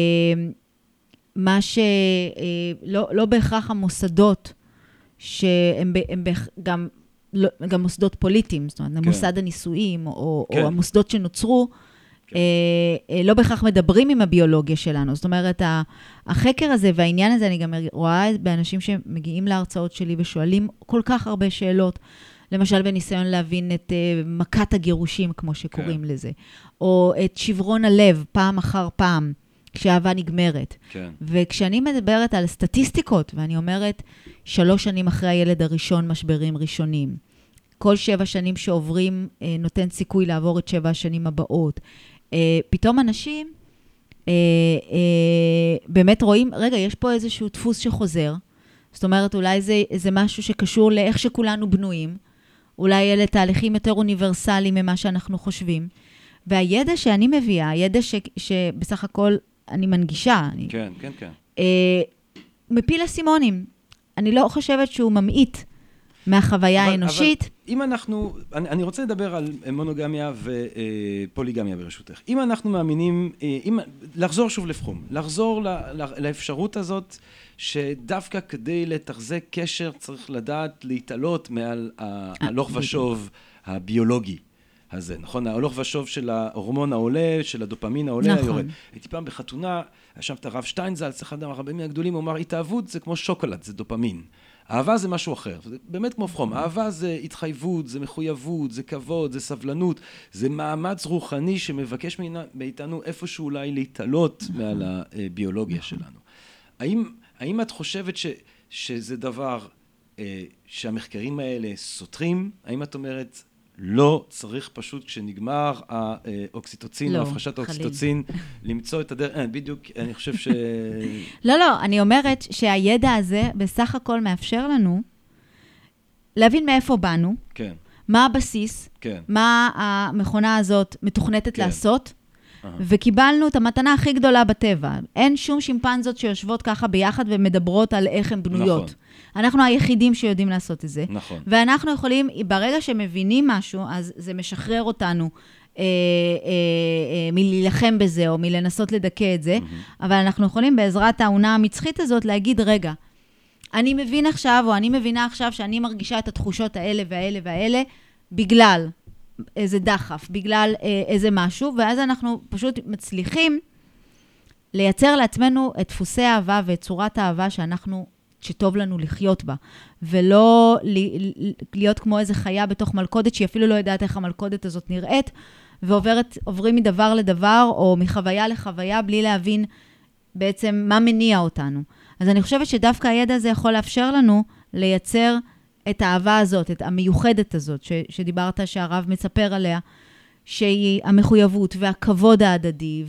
מה שלא לא, לא בהכרח המוסדות, שהם הם גם, לא, גם מוסדות פוליטיים, זאת אומרת, כן. מוסד הנישואים, או, כן. או המוסדות שנוצרו, אה, לא בהכרח מדברים עם הביולוגיה שלנו. זאת אומרת, החקר הזה והעניין הזה, אני גם רואה באנשים שמגיעים להרצאות שלי ושואלים כל כך הרבה שאלות, למשל בניסיון להבין את uh, מכת הגירושים, כמו שקוראים כן. לזה, או את שברון הלב פעם אחר פעם, כשאהבה נגמרת. כן. וכשאני מדברת על סטטיסטיקות, ואני אומרת, שלוש שנים אחרי הילד הראשון, משברים ראשונים, כל שבע שנים שעוברים אה, נותן סיכוי לעבור את שבע השנים הבאות. אה, פתאום אנשים אה, אה, באמת רואים, רגע, יש פה איזשהו דפוס שחוזר, זאת אומרת, אולי זה, זה משהו שקשור לאיך שכולנו בנויים, אולי אלה תהליכים יותר אוניברסליים ממה שאנחנו חושבים, והידע שאני מביאה, הידע ש, שבסך הכל אני מנגישה, אני, כן, כן, כן. אה, מפיל אסימונים. אני לא חושבת שהוא ממעיט מהחוויה אבל, האנושית. אבל אם אנחנו, אני, אני רוצה לדבר על מונוגמיה ופוליגמיה ברשותך. אם אנחנו מאמינים, אם, לחזור שוב לפחום, לחזור ל, ל, לאפשרות הזאת, שדווקא כדי לתחזק קשר צריך לדעת להתעלות מעל הלוך ושוב הביולוגי הזה, נכון? ההלוך ושוב של ההורמון העולה, של הדופמין העולה, נכון. היורד. הייתי פעם בחתונה, ישב את הרב שטיינזלץ, אחד הרבנים הגדולים, הוא אמר, התאהבות זה כמו שוקולד, זה דופמין. אהבה זה משהו אחר, זה באמת כמו פחום. אהבה זה התחייבות, זה מחויבות, זה כבוד, זה סבלנות, זה מאמץ רוחני שמבקש מאיתנו איפשהו אולי להתעלות מעל הביולוגיה שלנו. האם, האם את חושבת ש, שזה דבר אה, שהמחקרים האלה סותרים? האם את אומרת, לא צריך פשוט כשנגמר האוקסיטוצין, או הפחשת האוקסיטוצין, למצוא את הדרך, בדיוק, אני חושב ש... לא, לא, אני אומרת שהידע הזה בסך הכל מאפשר לנו להבין מאיפה באנו, כן. מה הבסיס, כן. מה המכונה הזאת מתוכנתת כן. לעשות, וקיבלנו את המתנה הכי גדולה בטבע. אין שום שימפנזות שיושבות ככה ביחד ומדברות על איך הן בנויות. נכון. אנחנו היחידים שיודעים לעשות את זה. נכון. ואנחנו יכולים, ברגע שמבינים משהו, אז זה משחרר אותנו אה, אה, אה, מלהילחם בזה, או מלנסות לדכא את זה, mm-hmm. אבל אנחנו יכולים בעזרת העונה המצחית הזאת להגיד, רגע, אני מבין עכשיו, או אני מבינה עכשיו שאני מרגישה את התחושות האלה והאלה והאלה, בגלל איזה דחף, בגלל אה, איזה משהו, ואז אנחנו פשוט מצליחים לייצר לעצמנו את דפוסי האהבה ואת צורת האהבה שאנחנו, שטוב לנו לחיות בה, ולא להיות כמו איזה חיה בתוך מלכודת, שהיא אפילו לא יודעת איך המלכודת הזאת נראית, ועוברים מדבר לדבר, או מחוויה לחוויה, בלי להבין בעצם מה מניע אותנו. אז אני חושבת שדווקא הידע הזה יכול לאפשר לנו לייצר את האהבה הזאת, את המיוחדת הזאת, ש, שדיברת שהרב מצפר עליה, שהיא המחויבות והכבוד ההדדי,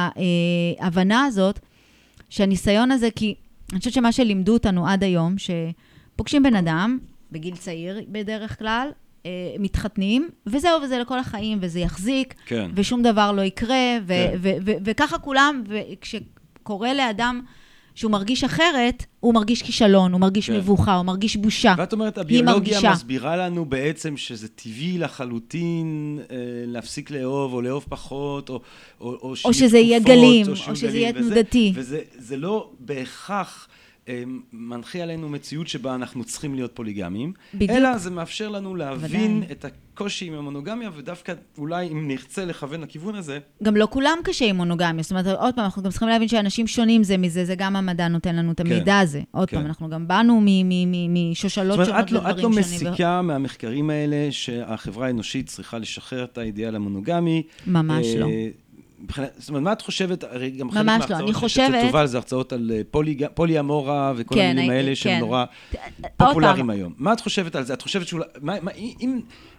וההבנה הזאת, שהניסיון הזה, כי אני חושבת שמה שלימדו אותנו עד היום, שפוגשים בן אדם, בגיל צעיר בדרך כלל, מתחתנים, וזהו, וזה לכל החיים, וזה יחזיק, כן. ושום דבר לא יקרה, ו- כן. ו- ו- וככה כולם, וכשקורה לאדם שהוא מרגיש אחרת, הוא מרגיש כישלון, הוא מרגיש כן. מבוכה, הוא מרגיש בושה. ואת אומרת, הביולוגיה מסבירה לנו בעצם שזה טבעי לחלוטין אה, להפסיק לאהוב, או לאהוב פחות, או, או, או, או שזה יהיה גלים, או, או שזה יהיה תנודתי. וזה זה לא בהכרח אה, מנחה עלינו מציאות שבה אנחנו צריכים להיות פוליגמיים, בדיוק. אלא זה מאפשר לנו להבין ודאי. את הקושי עם המונוגמיה, ודווקא אולי אם נרצה לכוון לכיוון הזה. גם לא כולם קשה עם מונוגמיה, זאת אומרת, עוד פעם, אנחנו גם צריכים להבין שאנשים שונים זה מזה, זה גם המדע נותן לנו את המידע הזה. עוד פעם, אנחנו גם באנו משושלות שונות לדברים שונים. את לא מסיקה מהמחקרים האלה שהחברה האנושית צריכה לשחרר את האידיאל המונוגמי. ממש לא. זאת אומרת, מה את חושבת, הרי גם חלק מההרצאות שתובל זה הרצאות על פוליאמורה וכל המילים האלה שהם נורא פופולריים היום. מה את חושבת על זה? את חושבת שאולי, אם...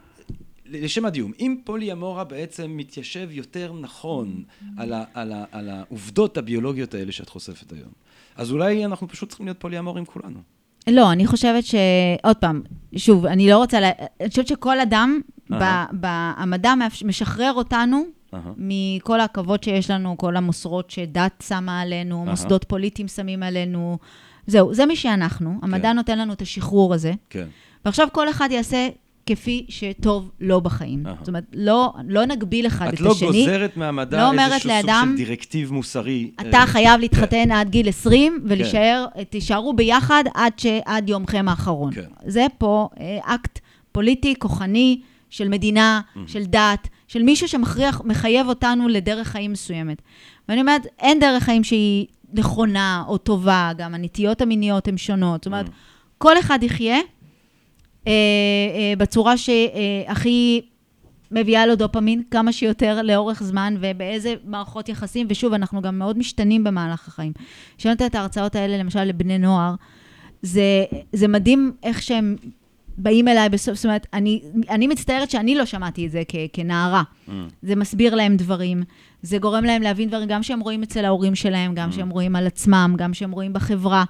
לשם הדיום, אם פוליאמורה בעצם מתיישב יותר נכון על, ה, על, ה, על העובדות הביולוגיות האלה שאת חושפת היום, אז אולי אנחנו פשוט צריכים להיות פוליאמורים כולנו. לא, אני חושבת ש... עוד פעם, שוב, אני לא רוצה... לה... אני חושבת שכל אדם, uh-huh. המדע משחרר אותנו uh-huh. מכל הכבוד שיש לנו, כל המוסרות שדת שמה עלינו, uh-huh. מוסדות פוליטיים שמים עלינו. זהו, זה מי שאנחנו. המדע כן. נותן לנו את השחרור הזה. כן. ועכשיו כל אחד יעשה... כפי שטוב לא בחיים. זאת אומרת, לא, לא נגביל אחד את השני. את לא גוזרת מהמדע איזשהו סוג של דירקטיב מוסרי. אתה חייב להתחתן עד גיל עשרים, ולהישאר, תישארו ביחד עד שעד יומכם האחרון. זה פה אקט פוליטי, כוחני, של מדינה, של דת, של מישהו שמחייב אותנו לדרך חיים מסוימת. ואני אומרת, אין דרך חיים שהיא נכונה או טובה, גם הנטיות המיניות הן שונות. זאת אומרת, כל אחד יחיה, Uh, uh, בצורה שהכי מביאה לו דופמין, כמה שיותר לאורך זמן, ובאיזה מערכות יחסים, ושוב, אנחנו גם מאוד משתנים במהלך החיים. כשנתת את ההרצאות האלה, למשל, לבני נוער, זה, זה מדהים איך שהם באים אליי בסוף, זאת אומרת, אני, אני מצטערת שאני לא שמעתי את זה כ, כנערה. Mm. זה מסביר להם דברים, זה גורם להם להבין דברים, גם שהם רואים אצל ההורים שלהם, גם mm. שהם רואים על עצמם, גם שהם רואים בחברה.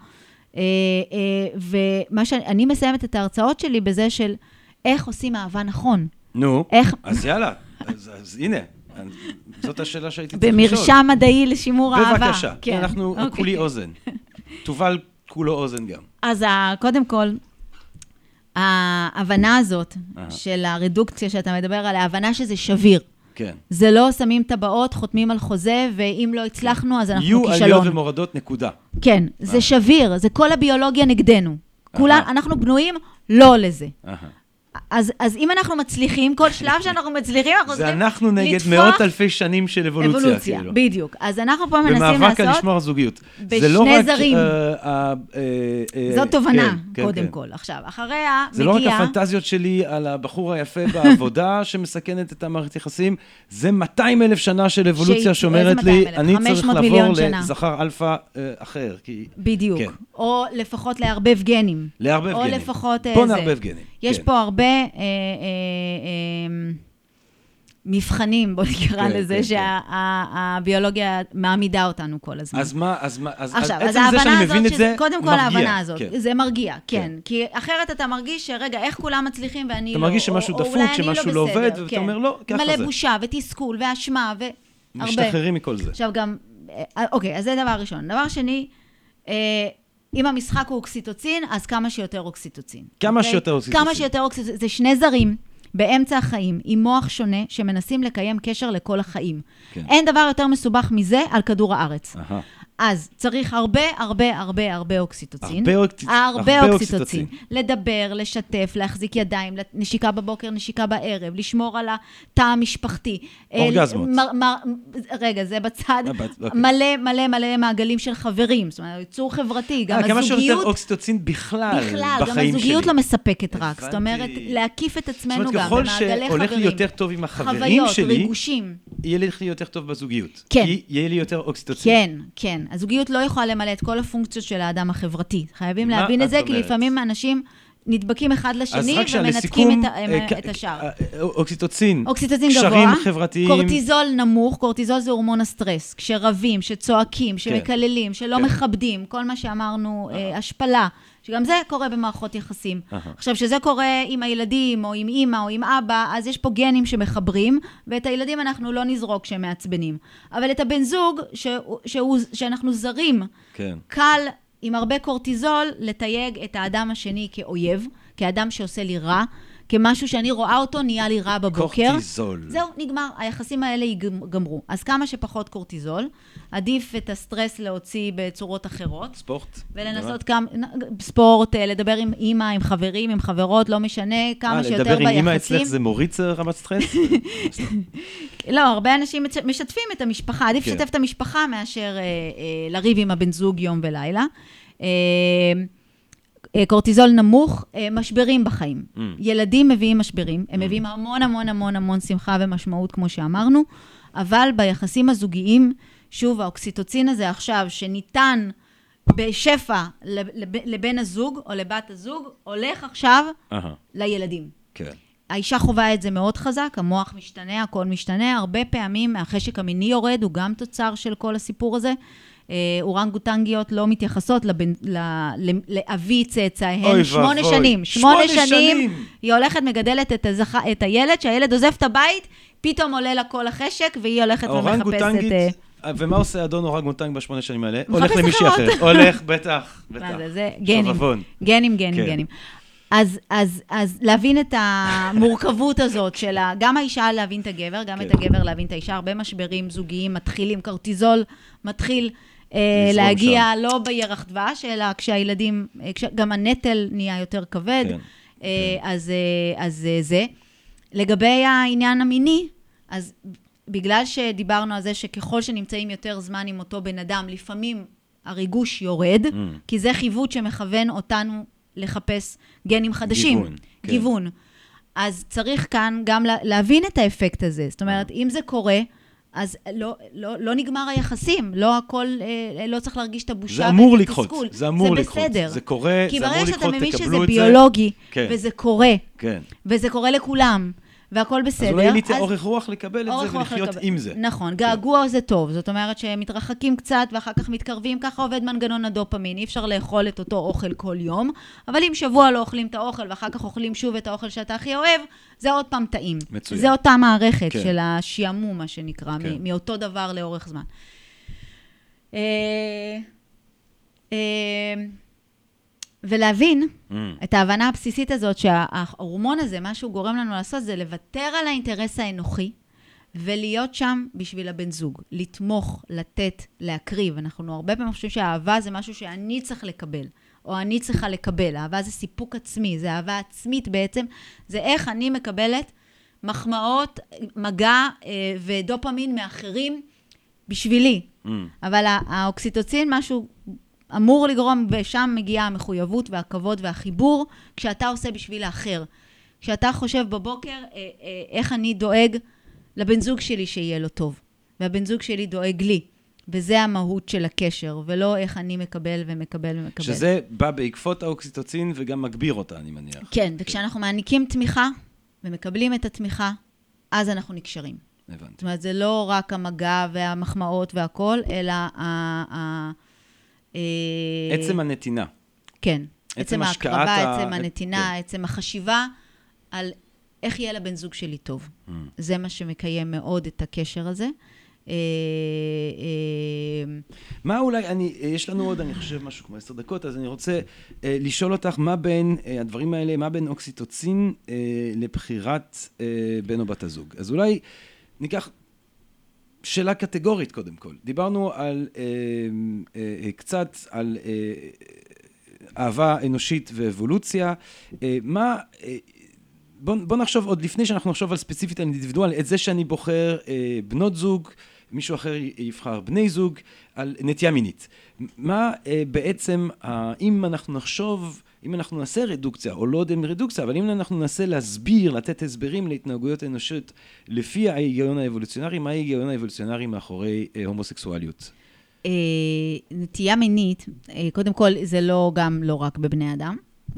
ומה שאני מסיימת את ההרצאות שלי בזה של איך עושים אהבה נכון. נו, אז יאללה, אז הנה, זאת השאלה שהייתי צריך לשאול. במרשם מדעי לשימור אהבה. בבקשה, אנחנו כולי אוזן. תובל כולו אוזן גם. אז קודם כל, ההבנה הזאת של הרדוקציה שאתה מדבר עליה, ההבנה שזה שביר. כן. זה לא שמים טבעות, חותמים על חוזה, ואם לא הצלחנו, אז אנחנו יהיו כישלון. עליות ומורדות, נקודה. כן, זה שביר, זה כל הביולוגיה נגדנו. כולן, אנחנו בנויים לא לזה. אז, אז אם אנחנו מצליחים, כל שלב שאנחנו מצליחים, אנחנו זה אנחנו נגד מאות אלפי שנים של אבולוציה. אבולוציה, כאילו. בדיוק. אז אנחנו פה מנסים לעשות... במאבק על לשמור הזוגיות. בשני לא רק, זרים. אה, אה, אה, זאת תובנה, כן, קודם כן. כל. עכשיו, אחריה זה מגיע... לא רק הפנטזיות שלי על הבחור היפה בעבודה שמסכנת את המערכת יחסים, זה מאתיים אלף שנה של אבולוציה שאומרת לי, אני צריך לעבור לזכר אלפא אה, אחר. כי... בדיוק. כן. או לפחות לערבב גנים. לערבב או גנים. לפחות... בוא נערבב גנים. יש כן. פה הרבה אה, אה, אה, מבחנים, בוא נקרא כן, לזה, כן, שהביולוגיה כן. מעמידה אותנו כל הזמן. אז מה, אז מה, אז עכשיו, עצם אז זה שאני מבין את זה, קודם כל מרגיע. ההבנה הזאת, כן. זה מרגיע, כן. כן. כי אחרת אתה מרגיש שרגע, איך כולם מצליחים ואני אתה לא, מרגיש שמשהו או, דפוק, או שמשהו לא, לא עובד, בסדר, ואתה כן. אומר, לא, ככה מלא זה. בושה ותסכול ואשמה והרבה. משתחררים מכל זה. עכשיו גם, אוקיי, אז זה דבר ראשון. דבר שני, אה, אם המשחק הוא אוקסיטוצין, אז כמה שיותר אוקסיטוצין. כמה אוקיי? שיותר אוקסיטוצין. כמה שיותר אוקסיטוצין. זה שני זרים באמצע החיים, עם מוח שונה, שמנסים לקיים קשר לכל החיים. כן. אין דבר יותר מסובך מזה על כדור הארץ. Aha. אז צריך הרבה, הרבה, הרבה, הרבה אוקסיטוצין. הרבה, אוקסיט... הרבה, הרבה אוקסיטוצין. אוקסיטוצין. לדבר, לשתף, להחזיק ידיים, נשיקה בבוקר, נשיקה בערב, לשמור על התא המשפחתי. אורגזמות. מ- מ- רגע, זה בצד. אוקיי. מלא, מלא, מלא מעגלים של חברים. זאת אומרת, יצור חברתי. גם כמה הזוגיות... שיותר אוקסיטוצין בכלל, בכלל, בחיים שלי. גם הזוגיות לא מספקת רק. זאת הבנתי. אומרת, להקיף את עצמנו זאת גם אומרת, במעגלי חברים. ככל שהולך לי יותר טוב עם החברים חוויות, שלי, ריגושים. יהיה לי יותר טוב בזוגיות. כן. כי יהיה לי יותר אוקסיטוצין. כן, כן. הזוגיות לא יכולה למלא את כל הפונקציות של האדם החברתי. חייבים מה להבין את את זה, כי אומרת? לפעמים אנשים נדבקים אחד לשני רק ומנתקים לסיכום, את ה- אה, את השאר. אה, אוקסיטוצין, אוקסיטוצין קשרים גבוה, חברתיים. קורטיזול נמוך, קורטיזול זה הורמון הסטרס, כשרבים, שצועקים, שמקללים, שלא כן. מכבדים, כל מה שאמרנו, אה, השפלה, שגם זה קורה במערכות יחסים. אהה. עכשיו, שזה קורה עם הילדים, או עם אמא, או עם אבא, אז יש פה גנים שמחברים, ואת הילדים אנחנו לא נזרוק שהם מעצבנים. אבל את הבן זוג, שהוא, שהוא, שאנחנו זרים, כן. קל עם הרבה קורטיזול לתייג את האדם השני כאויב, כאדם שעושה לי רע, כמשהו שאני רואה אותו נהיה לי רע בבוקר. קורטיזול. זהו, נגמר. היחסים האלה ייגמרו. אז כמה שפחות קורטיזול, עדיף את הסטרס להוציא בצורות אחרות. ספורט. ולנסות כמה, ספורט, לדבר עם אמא, עם חברים, עם חברות, לא משנה, כמה שיותר ביחסים. לדבר עם אמא אצלך זה מוריץ רמת סטרס? לא, הרבה אנשים משתפים את המשפחה, עדיף כן. לשתף את המשפחה מאשר אה, אה, לריב עם הבן זוג יום ולילה. אה, אה, קורטיזול נמוך, אה, משברים בחיים. Mm. ילדים מביאים משברים, הם Mm. מביאים המון המון המון המון שמחה ומשמעות, כמו שאמרנו, אבל ביחסים הזוגיים, שוב, האוקסיטוצין הזה עכשיו, שניתן בשפע לב, לבן הזוג או לבת הזוג, הולך עכשיו אהה. לילדים. כן. האישה חווה את זה מאוד חזק, המוח משתנה, הכל משתנה, הרבה פעמים החשק המיני יורד, הוא גם תוצר של כל הסיפור הזה. אורנגוטנגיות לא מתייחסות לבן, ל, לאבי צאצאיהן שמונה שנים. שמונה שנים היא הולכת מגדלת את, הזח, את הילד, שהילד עוזב את הבית, פתאום עולה לה כל החשק, והיא הולכת ומחפשת... ומה עושה אדון אורנגוטנג בשמונה שנים האלה? הולך למישהי אחר. הולך, בטח, בטח. מה זה? זה גנים. שובבון. גנים, גנים, כן. גנים. אז, אז, אז להבין את המורכבות הזאת של ה, גם האישה להבין את הגבר, גם כן. את הגבר להבין את האישה, הרבה משברים זוגיים מתחילים, קורטיזול מתחיל אה, לזרום להגיע שם. לא בירח דבש, אלא כשהילדים, כש, גם הנטל נהיה יותר כבד, כן. אה, אז, אה, אז אה, זה. לגבי העניין המיני, אז בגלל שדיברנו על זה שככל שנמצאים יותר זמן עם אותו בן אדם, לפעמים הריגוש יורד, Mm. כי זה חיווט שמכוון אותנו לחפש גנים חדשים. גיוון, כן. גיוון. אז צריך כאן גם לה, להבין את האפקט הזה. זאת אומרת, אם זה קורה, אז לא, לא, לא נגמר היחסים. לא הכל, אה, לא צריך להרגיש את הבושה. זה אמור ואת לקחות. התסכול. זה אמור לקחות. זה בסדר. זה קורה, כי זה אמור ברגע שאתה לקחות, מבין תקבלו שזה את זה. ביולוגי, כן. וזה קורה, כן. וזה קורה לכולם, והכל בסדר. אז אולי ליצא אורך רוח לקבל את אורך זה רוח ולחיות לקבל. עם זה. נכון, געגוע זה טוב. זאת אומרת שמתרחקים קצת ואחר כך מתקרבים, ככה עובד מנגנון הדופמין. אי אפשר לאכול את אותו אוכל כל יום, אבל אם שבוע לא אוכלים את האוכל ואחר כך אוכלים שוב את האוכל שאתה הכי אוהב, זה עוד פעם טעים. מצוין. זה אותה מערכת כן. של השעמום, מה שנקרא, כן. מ- מאותו דבר לאורך זמן. אה, אה, ולהבין mm. את ההבנה הבסיסית הזאת שההורמון הזה, מה שהוא גורם לנו לעשות, זה לוותר על האינטרס האנוכי, ולהיות שם בשביל הבן זוג, לתמוך, לתת, להקריב. אנחנו הרבה פעמים חושבים שהאהבה זה משהו שאני צריך לקבל, או אני צריכה לקבל. אהבה זה סיפוק עצמי, זה אהבה עצמית בעצם, זה איך אני מקבלת מחמאות, מגע ודופמין מאחרים בשבילי. Mm. אבל האוקסיטוצין, משהו אמור לגרום, ושם מגיעה המחויבות והכבוד והחיבור, כשאתה עושה בשביל האחר. כשאתה חושב בבוקר, איך אני דואג לבן זוג שלי שיהיה לו טוב, והבן זוג שלי דואג לי, וזה המהות של הקשר, ולא איך אני מקבל ומקבל ומקבל. שזה בא בעקבות האוקסיטוצין וגם מגביר אותה, אני מניח. כן, וכשאנחנו מעניקים תמיכה, ומקבלים את התמיכה, אז אנחנו נקשרים. הבנתי. זאת אומרת, זה לא רק המגע והמחמאות והכל, אלא ה... עצם הנתינה. כן, עצם ההקרבה, עצם הנתינה, עצם החשיבה על איך יהיה לבן זוג שלי טוב. זה מה שמקיים מאוד את הקשר הזה. מה אולי, אני, יש לנו עוד, אני חושב, משהו כמו עשר דקות, אז אני רוצה לשאול אותך, מה בין הדברים האלה, מה בין אוקסיטוצין לבחירת בן או בת הזוג? אז אולי ניקח שאלה קטגורית קודם כל. דיברנו על קצת על אהבה אנושית ואבולוציה. מה... בוא, בוא נחשוב, עוד לפני שאנחנו נחשוב על ספציפית על אינדיבידואל, את זה שאני בוחר אה, בנות זוג, מישהו אחר יבחר בני זוג, על נטייה מינית. מה אה, בעצם, אה, אם אנחנו נחשוב, אם אנחנו נעשה רדוקציה, או לא יודע אם רדוקציה, אבל אם אנחנו ננסה להסביר, לתת הסברים להתנהגויות אנושיות, לפי ההיגיון האבולוציונרי, מה ההיגיון האבולוציונרי מאחורי אה, הומוסקסואליות? אה, נטייה מינית, אה, קודם כל, זה לא גם לא רק בבני אדם.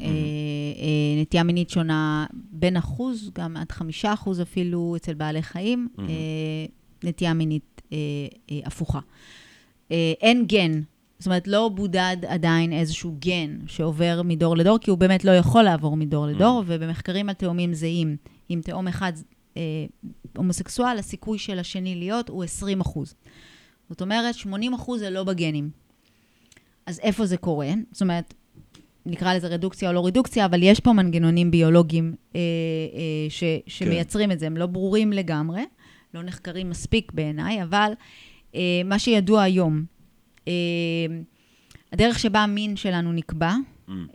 נטייה מינית שונה בין אחוז, גם עד חמישה אחוז אפילו אצל בעלי חיים, נטייה מינית הפוכה. אין גן, זאת אומרת, לא בודד עדיין איזשהו גן שעובר מדור לדור, כי הוא באמת לא יכול לעבור מדור לדור, ובמחקרים על תאומים זהים, אם תאום אחד הומוסקסואל, הסיכוי של השני להיות הוא עשרים אחוז. זאת אומרת, שמונים אחוז זה לא בגנים. אז איפה זה קורה? זאת אומרת, נקרא לזה רדוקציה או לא רדוקציה, אבל יש פה מנגנונים ביולוגיים אה, אה, ש, שמייצרים את זה. הם לא ברורים לגמרי, לא נחקרים מספיק בעיניי, אבל אה, מה שידוע היום, אה, הדרך שבה המין שלנו נקבע, mm. אה, אה,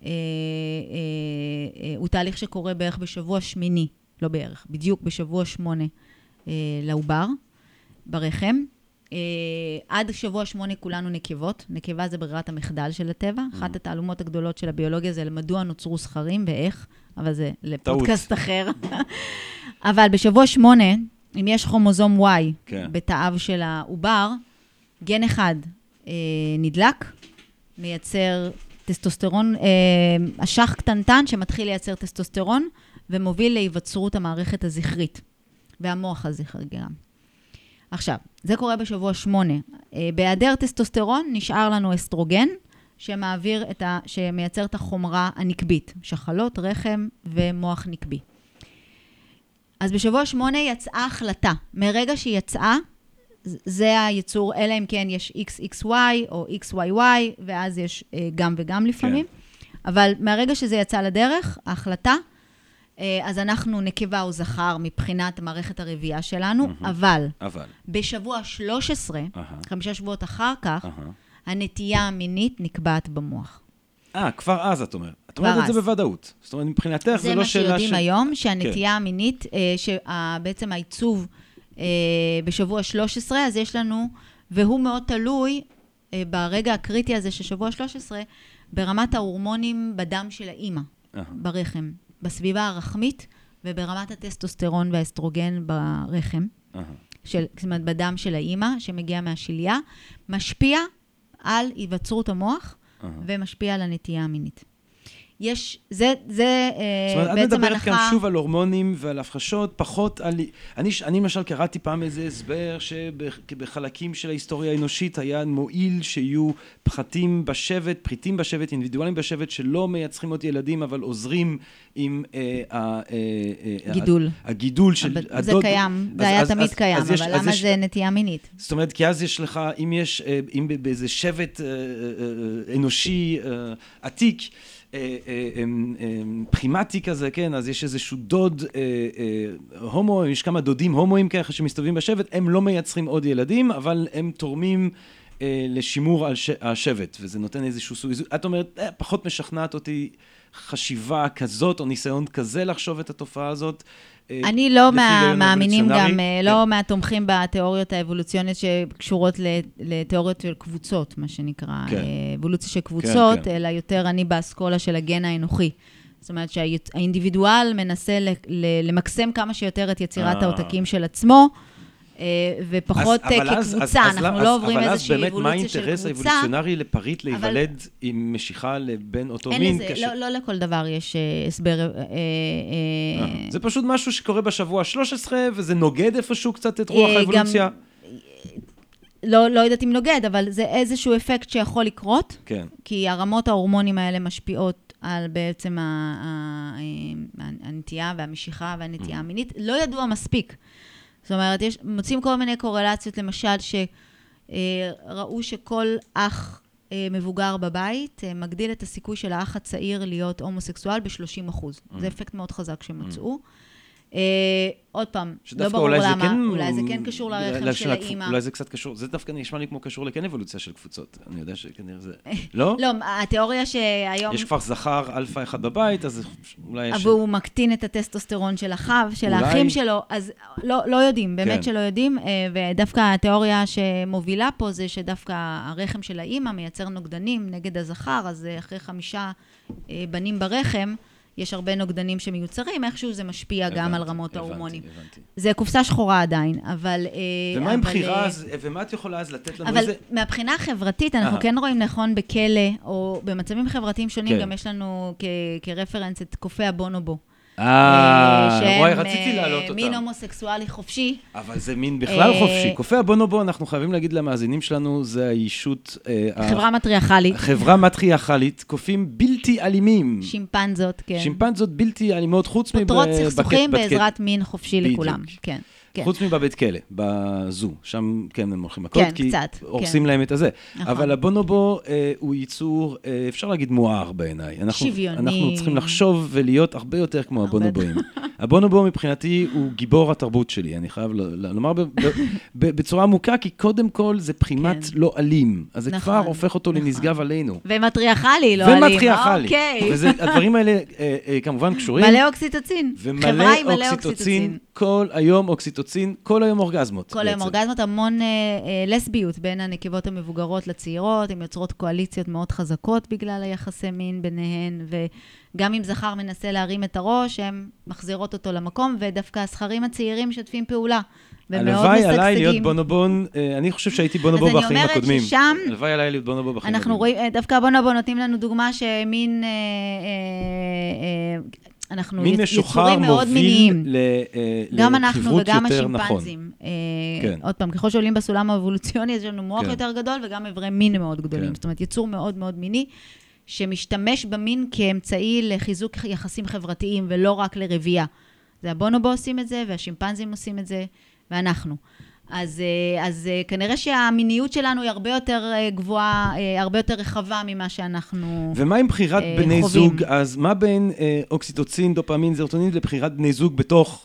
אה, הוא תהליך שקורה בערך בשבוע שמיני, לא בערך, בדיוק בשבוע שמונה אה, לעובר, ברחם. Uh, עד שבוע שמונה כולנו נקבות. נקבה זה ברירת המחדל של הטבע. Mm. אחת התעלומות הגדולות של הביולוגיה זה למדוע נוצרו זכרים ואיך, אבל זה לפודקאסט אחר. אבל בשבוע שמונה, אם יש כרומוזום Y כן. בתאיו של העובר, גן אחד uh, נדלק, מייצר טסטוסטרון, uh, אשך קטנטן שמתחיל לייצר טסטוסטרון, ומוביל להיווצרות המערכת הזכרית, והמוח הזכרי גם. עכשיו, זה קורה בשבוע שמונה. בהיעדר טסטוסטרון נשאר לנו אסטרוגן, שמעביר את ה... שמייצר את החומרה הנקבית, שחלות, רחם ומוח נקבי. אז בשבוע שמונה יצאה החלטה. מרגע שהיא יצאה, זה היצור, אלא אם כן יש אקס אקס וואי או אקס וואי וואי, ואז יש גם וגם לפעמים. כן. אבל מהרגע שזה יצא לדרך, ההחלטה, אז אנחנו נקבה או זכר מבחינת מערכת הרבייה שלנו, mm-hmm. אבל, אבל בשבוע שלוש עשרה, uh-huh. חמישה שבועות אחר כך, uh-huh. הנטייה המינית נקבעת במוח. אה, כבר אז את אומרת. את אומרת את זה בוודאות. זאת אומרת, מבחינתך זה לא שאלה ש... זה מה שיודעים היום, שהנטייה המינית, שבעצם העיצוב בשבוע שלוש עשרה, אז יש לנו, והוא מאוד תלוי ברגע הקריטי הזה של שבוע שלוש עשרה, ברמת ההורמונים בדם של האימא, ברחם. בסביבה הרחמית וברמת הטסטוסטרון והאסטרוגן ברחם, uh-huh. של, זאת אומרת, בדם של האימא, שמגיע מהשיליה, משפיע על היווצרות המוח, uh-huh. ומשפיע על הנטייה המינית. יש, זה, זה זאת אומרת, את מדברת כאן שוב על הורמונים ועל הפחשות, פחות על... אני, אני למשל קראתי פעם איזה הסבר שבחלקים של ההיסטוריה האנושית היה מועיל שיהיו פחתים בשבט, פריטים בשבט, אינדיבידואלים בשבט, שלא מייצרים עוד ילדים, אבל עוזרים עם גידול. הגידול של הדוד. זה קיים, זה היה תמיד קיים, אבל למה זה נטייה מינית? זאת אומרת, כי אז יש לך, אם יש, אם באיזה שבט אנושי עתיק, פרימטי כזה, כן, אז יש איזשהו דוד הומו, יש כמה דודים הומואים ככה שמסתובבים בשבט, הם לא מייצרים עוד ילדים, אבל הם תורמים לשימור על השבט, וזה נותן איזשהו סוג, את אומרת, פחות משכנעת אותי חשיבה כזאת, או ניסיון כזה לחשוב את התופעה הזאת. אני לא מאמינים גם, לא מהתומכים בתיאוריות האבולוציוניות שקשורות לתיאוריות של קבוצות, מה שנקרא, אבולוציה של קבוצות, אלא יותר אני באסכולה של הגן האנוכי. זאת אומרת שהאינדיבידואל מנסה למקסם כמה שיותר את יצירת העותקים של עצמו, ופחות כקבוצה, אנחנו לא עוברים איזושהי אבולוציה של קבוצה. אבל אז באמת, מה האינטרס האבולוציונרי לפריט להיוולד עם משיכה לבין אותו מין? לא לכל דבר יש הסבר. זה פשוט משהו שקורה בשבוע ה-שלוש עשרה, וזה נוגד איפשהו קצת את רוח האבולוציה? לא יודעת אם נוגד, אבל זה איזשהו אפקט שיכול לקרות, כי הרמות ההורמונים האלה משפיעות על בעצם הנטייה והמשיכה והנטייה המינית. לא ידוע מספיק. זאת אומרת, יש, מוצאים כל מיני קורלציות, למשל, שראו שכל אח מבוגר בבית מגדיל את הסיכוי של האח הצעיר להיות הומוסקסואל ב-שלושים אחוז. זה אפקט מאוד חזק שמצאו. עוד פעם, לא ברור למה, אולי זה כן קשור לרחם של האמא. אולי זה קצת קשור, זה דווקא נשמע לי כמו קשור לכן אבולוציה של קבוצות. אני יודע שכנראה זה... לא? לא, התיאוריה שהיום... יש כבר זכר אלפא אחד בבית, אז אולי יש... אבל הוא מקטין את הטסטוסטרון של אחיו, של האחים שלו, אז לא יודעים, באמת שלא יודעים, ודווקא התיאוריה שמובילה פה זה שדווקא הרחם של האמא מייצר נוגדנים נגד הזכר, אז אחרי חמישה בנים ברחם, יש הרבה נוגדנים שמיוצרים, איכשהו זה משפיע הבנתי, גם על רמות הבנתי, ההורמונים. הבנתי. זה קופסה שחורה עדיין, אבל... ומה עם בחירה, אז, ומה את יכולה אז לתת לנו אבל איזה... אבל מהבחינה החברתית, אנחנו כן רואים נכון בכלא, או במצבים חברתיים שונים, כן. גם יש לנו כ- כרפרנס את קופי הבונובו. אה, וואי, רציתי להעלות אותם. מין הומוסקסואלי חופשי. אבל זה מין בכלל חופשי. קופי הבונובו, אנחנו חייבים להגיד למאזינים שלנו, זה האישות... חברה מטריארכלית. חברה מטריארכלית, קופים בלתי אלימים. שימפנזות, כן. שימפנזות בלתי אלימות, חוץ מבקט... פותרות סכסוכים בעזרת מין חופשי לכולם. כן. חוץ מבבית כלא, בזו, שם כן הם הולכים מכות, כי הורסים להם את הזה. אבל הבונובו הוא ייצור, אפשר להגיד מואר בעיניי. שוויוני. אנחנו צריכים לחשוב ולהיות הרבה יותר כמו הבונובואים. הבונובו מבחינתי הוא גיבור התרבות שלי, אני חייב לומר בצורה עמוקה, כי קודם כל זה פרימט לא אלים, אז זה כבר הופך אותו לנשגב עלינו. ומטריארכלי לא אלים. ומטריארכלי. והדברים האלה כמובן קשורים. מלא אוקסיטוצין. חברה עם מלא אוקסיטוצין. כל היום אוקסיטוצין, כל היום אורגזמות. כל היום אורגזמות, המון לסביות בין הנקבות המבוגרות לצעירות, הן יוצרות קואליציות מאוד חזקות בגלל היחסי מין ביניהן, וגם אם זכר מנסה להרים את הראש, הן מחזירות אותו למקום, ודווקא הזכרים הצעירים משתפים פעולה, ומאוד הלוואי משגשגים. עליי להיות בונובון, אני חושב שהייתי בונובו בחיים הקודמים. אז אני אומרת ששם, הלוואי עליי להיות בונובו בחיים אנחנו הקודמים. רואים, דווקא הבונובו נותנים לנו דוגמה שמין... אנחנו יצורים מאוד מיניים. גם אנחנו וגם השימפנזים. עוד פעם, ככל שעולים בסולם האבולוציוני, יש לנו מוח יותר גדול, וגם עברי מין מאוד גדולים. זאת אומרת, יצור מאוד מאוד מיני, שמשתמש במין כאמצעי לחיזוק יחסים חברתיים, ולא רק לרבייה. זה הבונובו עושים את זה, והשימפנזים עושים את זה, ואנחנו. אז, אז כנראה שהמיניות שלנו היא הרבה יותר גבוהה, הרבה יותר רחבה ממה שאנחנו ומה עם בחירת בני זוג? אז מה בין אוקסיטוצין, דופמין, סרוטונין לבחירת בני זוג בתוך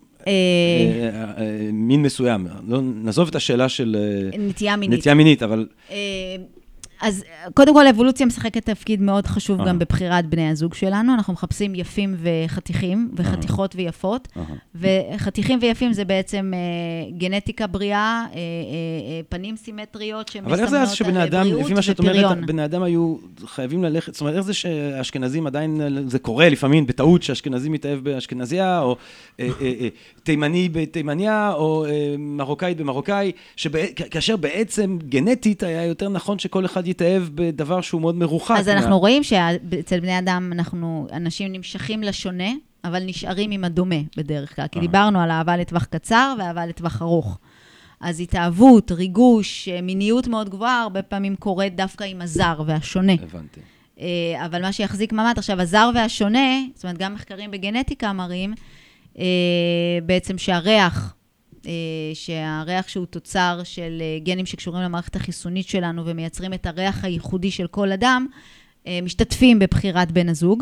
מין מסוים? נעזוב את השאלה של נטייה מינית. נטייה מינית, אבל... אז קודם כל, האבולוציה משחקת תפקיד מאוד חשוב גם בבחירת בני הזוג שלנו. אנחנו מחפשים יפים וחתיכים, וחתיכות ויפות. וחתיכים ויפים זה בעצם גנטיקה בריאה, פנים סימטריות אבל איך זה אז שבני אדם, לפי מה שאת אומרת, בני אדם היו חייבים ללכת, זאת אומרת, איך זה שהאשכנזים עדיין, זה קורה לפעמים בטעות שהאשכנזי מתאהב באשכנזיה, או תימני בתימניה, או מרוקאית במרוקאי, כאשר בעצם גנטית היה יותר נכון שכל אחד יתאהב בדבר שהוא מאוד מרוחק. אז אנחנו רואים שאצל בני אדם, אנחנו, אנשים נמשכים לשונה, אבל נשארים עם הדומה בדרך כלל. כי דיברנו על אהבה לטווח קצר ואהבה לטווח ארוך. אז התאהבות, ריגוש, מיניות מאוד גבוהה, הרבה פעמים קורית דווקא עם הזר והשונה. הבנתי. אבל מה שיחזיק ממד, עכשיו, הזר והשונה, זאת אומרת, גם מחקרים בגנטיקה מראים, בעצם שהריח, שהריח שהוא תוצר של גנים שקשורים למערכת החיסונית שלנו ומייצרים את הריח הייחודי של כל אדם, משתתפים בבחירת בן הזוג,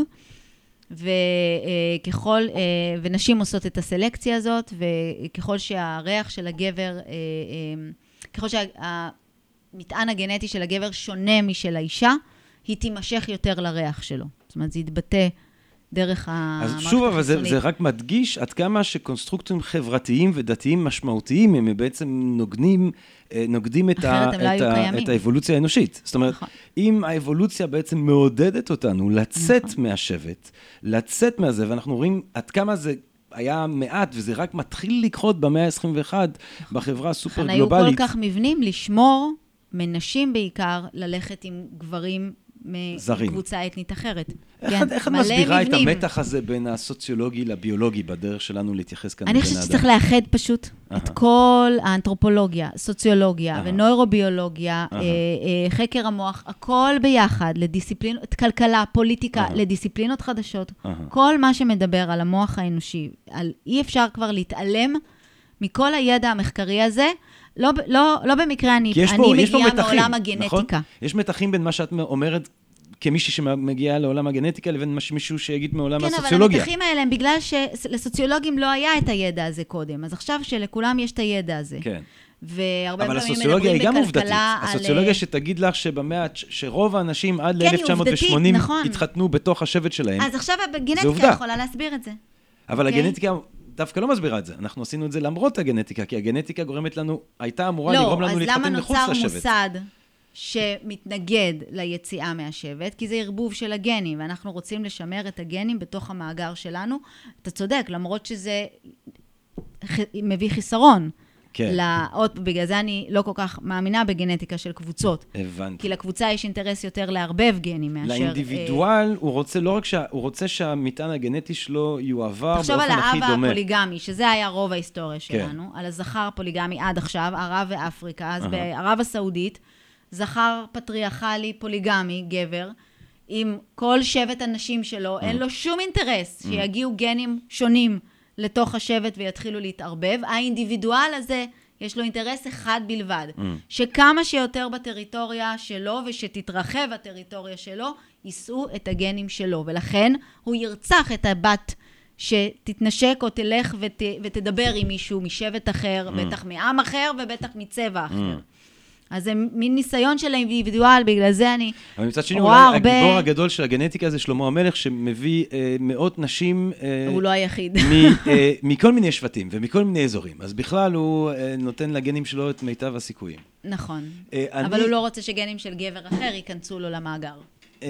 וככל, ונשים עושות את הסלקציה הזאת, וככל שהריח של הגבר, ככל שהמטען הגנטי של הגבר שונה משל האישה, היא תימשך יותר לריח שלו. זאת אומרת, זה יתבטא דרך המערכת החיסונית. אז שוב, אבל זה, זה רק מדגיש עד כמה שקונסטרוקטורים חברתיים ודתיים משמעותיים, הם בעצם נוגנים, נוגדים את, ה, את, ה, את האבולוציה האנושית. זאת אומרת, נכון. אם האבולוציה בעצם מעודדת אותנו לצאת נכון. מהשבט, לצאת מהזה, ואנחנו רואים עד כמה זה היה מעט, וזה רק מתחיל לקחות במאה ה-עשרים ואחת, בחברה הסופר גלובלית. היו כל כך מבנים לשמור מנשים בעיקר, ללכת עם גברים מקבוצה אתנית אחרת. איך את מסבירה את המתח הזה בין הסוציולוגי לביולוגי, בדרך שלנו להתייחס כאן? אני חושבת שצריך לאחד פשוט את כל האנתרופולוגיה, סוציולוגיה ונוירוביולוגיה, חקר המוח, הכל ביחד, לדיסציפלינות, כלכלה, פוליטיקה, לדיסציפלינות חדשות. כל מה שמדבר על המוח האנושי, אי אפשר כבר להתעלם מכל הידע המחקרי הזה, לא, לא, לא במקרה אני, אני פה, מגיעה מעולם הגנטיקה. נכון? יש מתחים בין מה שאת אומרת כמישהי שמגיעה לעולם הגנטיקה, לבין מישהו שיגיד מעולם כן, הסוציולוגיה. כן, אבל המתחים האלה הם בגלל שלסוציולוגים לא היה את הידע הזה קודם, אז עכשיו שלכולם יש את הידע הזה. כן. והרבה אבל פעמים הסוציולוגיה היא גם עובדתית. על... הסוציולוגיה שתגיד לך שבמאה, שרוב האנשים עד ל-אלף תשע מאות ושמונים נכון. התחתנו בתוך השבט שלהם. אז עכשיו הגנטיקה יכולה להסביר את זה. אבל okay. הגנטיקה דווקא לא מסבירה את זה. אנחנו עשינו את זה למרות הגנטיקה, כי הגנטיקה גורמת לנו, הייתה אמורה לא, לגרום לנו להתחתן מחוץ לשבט. לא, אז למה נוצר מוסד שמתנגד ליציאה מהשבט? כי זה ערבוב של הגנים, ואנחנו רוצים לשמר את הגנים בתוך המאגר שלנו. אתה צודק, למרות שזה מביא חיסרון. כן. לעוד, בגלל זה אני לא כל כך מאמינה בגנטיקה של קבוצות. הבנתי. כי לקבוצה יש אינטרס יותר לערבב גנים מאשר... לאינדיבידואל, אה... הוא רוצה לא רק שה... הוא רוצה שהמטען הגנטי שלו יועבר באופן הכי דומה. תחשוב על האב הפוליגמי, שזה היה רוב ההיסטוריה שלנו, כן. על הזכר פוליגמי עד עכשיו, ערב ואפריקה, אז uh-huh. בערב הסעודית, זכר פטריארכלי פוליגמי, גבר, עם כל שבט הנשים שלו, uh-huh. אין לו שום אינטרס uh-huh. שיגיעו גנים שונים, לתוך השבט ויתחילו להתערבב. האינדיבידואל הזה, יש לו אינטרס אחד בלבד, mm. שכמה שיותר בטריטוריה שלו, ושתתרחב הטריטוריה שלו, יישאו את הגנים שלו. ולכן הוא ירצח את הבת שתתנשק או תלך ות, ותדבר עם מישהו משבט אחר, mm. בטח מעם אחר ובטח מצבע אחר. Mm. אז זה מין ניסיון של האינדיבידואל, בגלל זה אני אבל מצד שני, אולי הרבה... הגיבור הגדול של הגנטיקה זה שלמה המלך, שמביא אה, מאות נשים... אה, הוא לא היחיד. מ, אה, מכל מיני שבטים ומכל מיני אזורים. אז בכלל הוא אה, נותן לגנים שלו את מיטב הסיכויים. נכון. אה, אבל אני... הוא לא רוצה שגנים של גבר אחר ייכנסו לו למאגר. אה,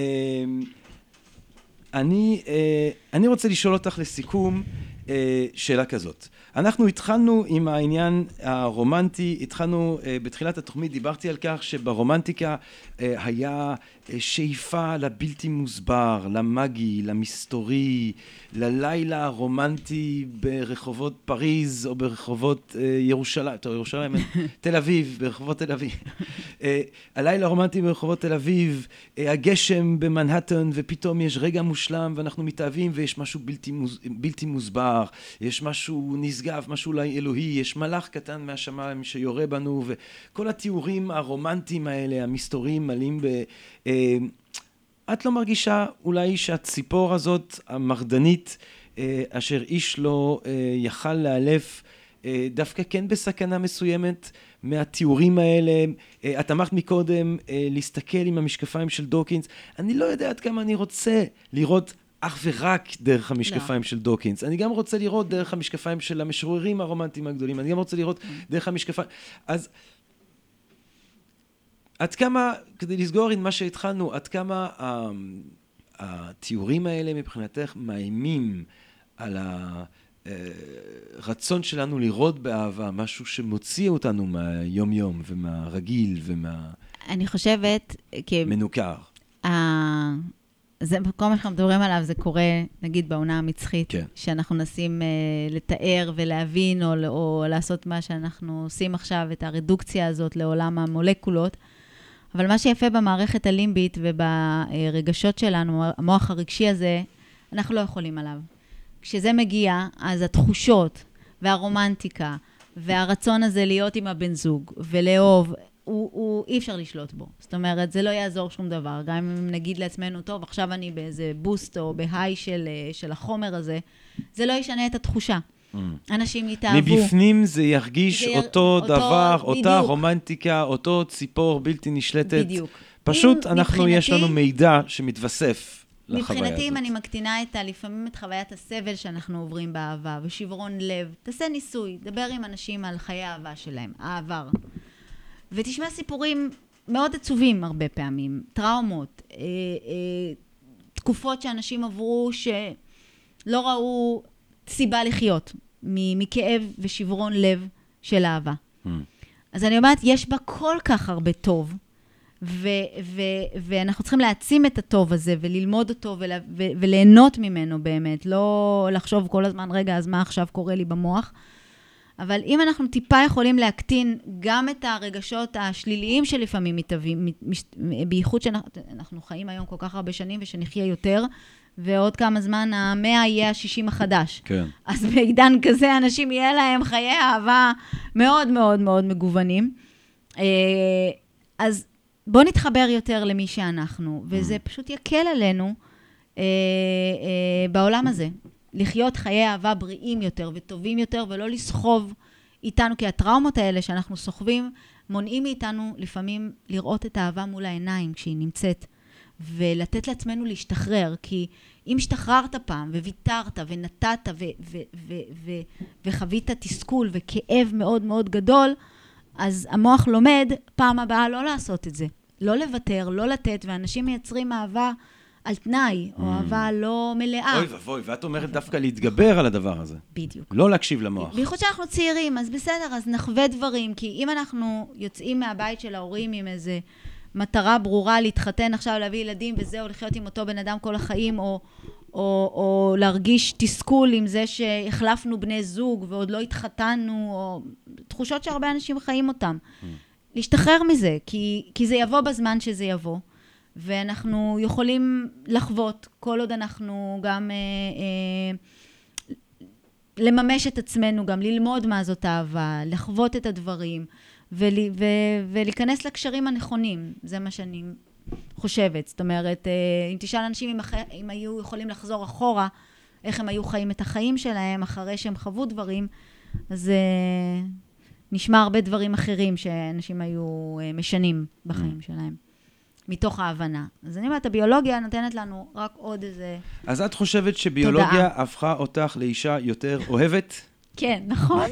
אני, אה, אני רוצה לשאול אותך לסיכום, שאלה כזאת. אנחנו התחלנו עם העניין הרומנטי, התחלנו בתחילת התוכנית, דיברתי על כך שברומנטיקה היה שאיפה לבלתי מוסבר, למאגי, למסתורי, ללילה הרומנטי ברחובות פריז או ברחובות ירושלים, טוב, ירושלים, תל אביב, ברחובות תל אביב. הלילה הרומנטי ברחובות תל אביב, הגשם במנהטן, ופתאום יש רגע מושלם ואנחנו מתאהבים ויש משהו בלתי, מוס, בלתי מוסבר, יש משהו נשגב, משהו אולי אלוהי, יש מלאך קטן מהשמיים שיורה בנו, וכל התיאורים הרומנטיים האלה, המסתוריים, מלאים ב... את לא מרגישה אולי שהציפור הזאת, המרדנית, אשר איש לא יכל לאלף, דווקא כן בסכנה מסוימת מהתיאורים האלה? את אמרת מקודם להסתכל עם המשקפיים של דוקינס, אני לא יודע עד כמה אני רוצה לראות אך ורק דרך המשקפיים לא. של דוקינס. אני גם רוצה לראות דרך המשקפיים של המשוררים הרומנטיים הגדולים, אני גם רוצה לראות mm. דרך המשקפיים. אז עד כמה, כדי לסגור עם מה שהתחלנו, עד כמה אה, התיאורים האלה מבחינתך מאיימים על הרצון שלנו לראות באהבה, משהו שמוציא אותנו מהיום יום ומהרגיל ומה... אני חושבת... מנוכר. אה... זה, כל מה שאנחנו מדברים עליו, זה קורה, נגיד, בעונה המצחית, כן. שאנחנו נסים אה, לתאר ולהבין, או, או לעשות מה שאנחנו עושים עכשיו, את הרדוקציה הזאת לעולם המולקולות. אבל מה שיפה במערכת הלימבית וברגשות שלנו, המוח הרגשי הזה, אנחנו לא יכולים עליו. כשזה מגיע, אז התחושות והרומנטיקה, והרצון הזה להיות עם הבן זוג, ולאהוב, הוא, הוא, אי אפשר לשלוט בו. זאת אומרת, זה לא יעזור שום דבר. גם אם נגיד לעצמנו, טוב, עכשיו אני באיזה בוסט או בהיי של, של החומר הזה, זה לא ישנה את התחושה. Mm. אנשים יתאהבו. מבפנים זה ירגיש זה אותו, אותו דבר, בדיוק. אותה רומנטיקה, אותו ציפור בלתי נשלטת. בדיוק. פשוט אנחנו, יש לנו מידע שמתווסף לחוויה הזאת. מבחינתי, אם אני מקטינה את ה, לפעמים את חוויית הסבל שאנחנו עוברים באהבה, ושברון לב, תעשה ניסוי, דבר עם אנשים על חיי האהבה שלהם, העבר. ותשמע סיפורים מאוד עצובים הרבה פעמים, טראומות, אה, אה, תקופות שאנשים עברו שלא ראו סיבה לחיות, מכאב ושברון לב של אהבה. Mm. אז אני אומרת, יש בה כל כך הרבה טוב, ו- ו- ואנחנו צריכים להעצים את הטוב הזה, וללמוד אותו, ולה- ו- וליהנות ממנו באמת, לא לחשוב כל הזמן, רגע, אז מה עכשיו קורה לי במוח? אבל אם אנחנו טיפה יכולים להקטין גם את הרגשות השליליים שלפעמים מתהווים, בייחוד שאנחנו חיים היום כל כך הרבה שנים ושנחיה יותר, ועוד כמה זמן המאה יהיה השישים החדש. כן. אז בעידן כזה אנשים יהיה להם חיי אהבה מאוד מאוד מאוד מגוונים. אז בואו נתחבר יותר למי שאנחנו, וזה פשוט יקל עלינו בעולם הזה. לחיות חיי אהבה בריאים יותר וטובים יותר, ולא לסחוב איתנו, כי הטראומות האלה שאנחנו סוחבים, מונעים מאיתנו לפעמים לראות את האהבה מול העיניים כשהיא נמצאת, ולתת לעצמנו להשתחרר, כי אם השתחררת פעם, וויתרת, ונתת, ו- ו- ו- ו- וחווית תסכול וכאב מאוד מאוד גדול, אז המוח לומד פעם הבאה לא לעשות את זה. לא לוותר, לא לתת, ואנשים מייצרים אהבה על תנאי, או אהבה לא מלאה. אוי ובוי, ואת אומרת דווקא להתגבר על הדבר הזה. בדיוק. לא להקשיב למוח. בייחוד שאנחנו צעירים, אז בסדר, אז נחווה דברים, כי אם אנחנו יוצאים מהבית של ההורים עם איזה מטרה ברורה להתחתן עכשיו, להביא ילדים וזהו, לחיות עם אותו בן אדם כל החיים, או, או, או להרגיש תסכול עם זה שהחלפנו בני זוג ועוד לא התחתנו, או תחושות שהרבה אנשים חיים אותם. להשתחרר מזה, כי, כי זה יבוא בזמן שזה יבוא. ואנחנו יכולים לחוות, כל עוד אנחנו גם אה, אה, לממש את עצמנו, גם ללמוד מה זאת אהבה, לחוות את הדברים, ול, ו, ולהיכנס לקשרים הנכונים. זה מה שאני חושבת. זאת אומרת, אה, אם תשאל אנשים אם, אח, אם היו יכולים לחזור אחורה, איך הם היו חיים את החיים שלהם, אחרי שהם חוו דברים, אז אה, נשמע הרבה דברים אחרים שאנשים היו אה, משנים בחיים שלהם. מתוך ההבנה. אז אני אומרת, הביולוגיה נותנת לנו רק עוד איזה אז את חושבת שביולוגיה תודעה. הפכה אותך לאישה יותר אוהבת? כן, נכון.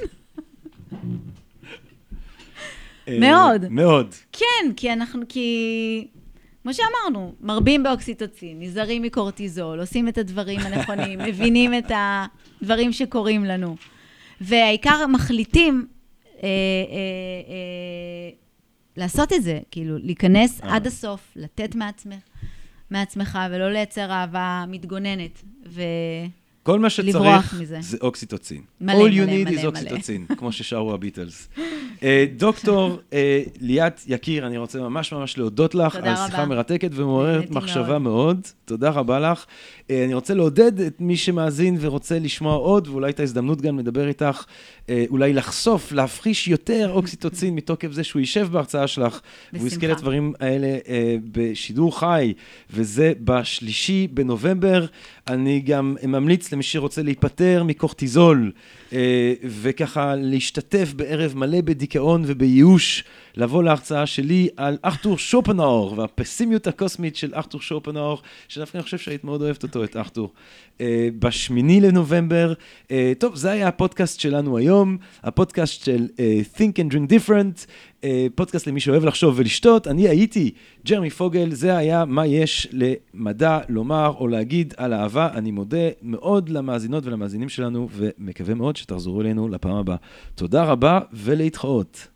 מאוד. מאוד. כן, כי אנחנו, כי, כמו שאמרנו, מרבים באוקסיטוצין, נזהרים מקורטיזול, עושים את הדברים הנכונים, מבינים את הדברים שקורים לנו. והעיקר מחליטים, אה, אה, אה, לעשות את זה, כאילו, להיכנס עד הסוף, לתת מעצמך, מעצמך, ולא לייצר אהבה מתגוננת, ו... כל מה שצריך זה אוקסיטוצין. מלא, All מלא, you need מלא, is מלא. אוקסיטוצין, כמו ששרו הביטלס. דוקטור ליאת יקיר, אני רוצה ממש ממש להודות לך על שיחה מרתקת ומעוררת מחשבה מאוד. תודה רבה לך. אני רוצה לעודד את מי שמאזין ורוצה לשמוע עוד, ואולי את ההזדמנות גם לדבר איתך, אולי לחשוף, להפחיש יותר אוקסיטוצין מתוקף זה שהוא יישב בהרצאה שלך, והוא יזכה לדברים האלה בשידור חי, וזה בשלישי בנובמבר. אני גם ממליץ למי שרוצה להיפטר מקורטיזול, וככה להשתתף בערב מלא בדיכאון ובייאוש, לבוא להרצאה שלי על ארתור שופנהאואר, והפסימיות הקוסמית של ארתור שופנהאואר, שדווקא אני חושב שהיית מאוד אוהבת אותו, את ארתור. בשמיני לנובמבר. טוב, זה היה הפודקאסט שלנו היום, הפודקאסט של Think and Drink Different, פודקאסט למי שאוהב לחשוב ולשתות. אני הייתי ג'רמי פוגל, זה היה מה יש למדע לומר או להגיד על אהבה. אני מודה מאוד למאזינות ולמאזינים שלנו, ומקווה מאוד שתחזרו אלינו לפעם הבאה. תודה רבה ולהתחאות.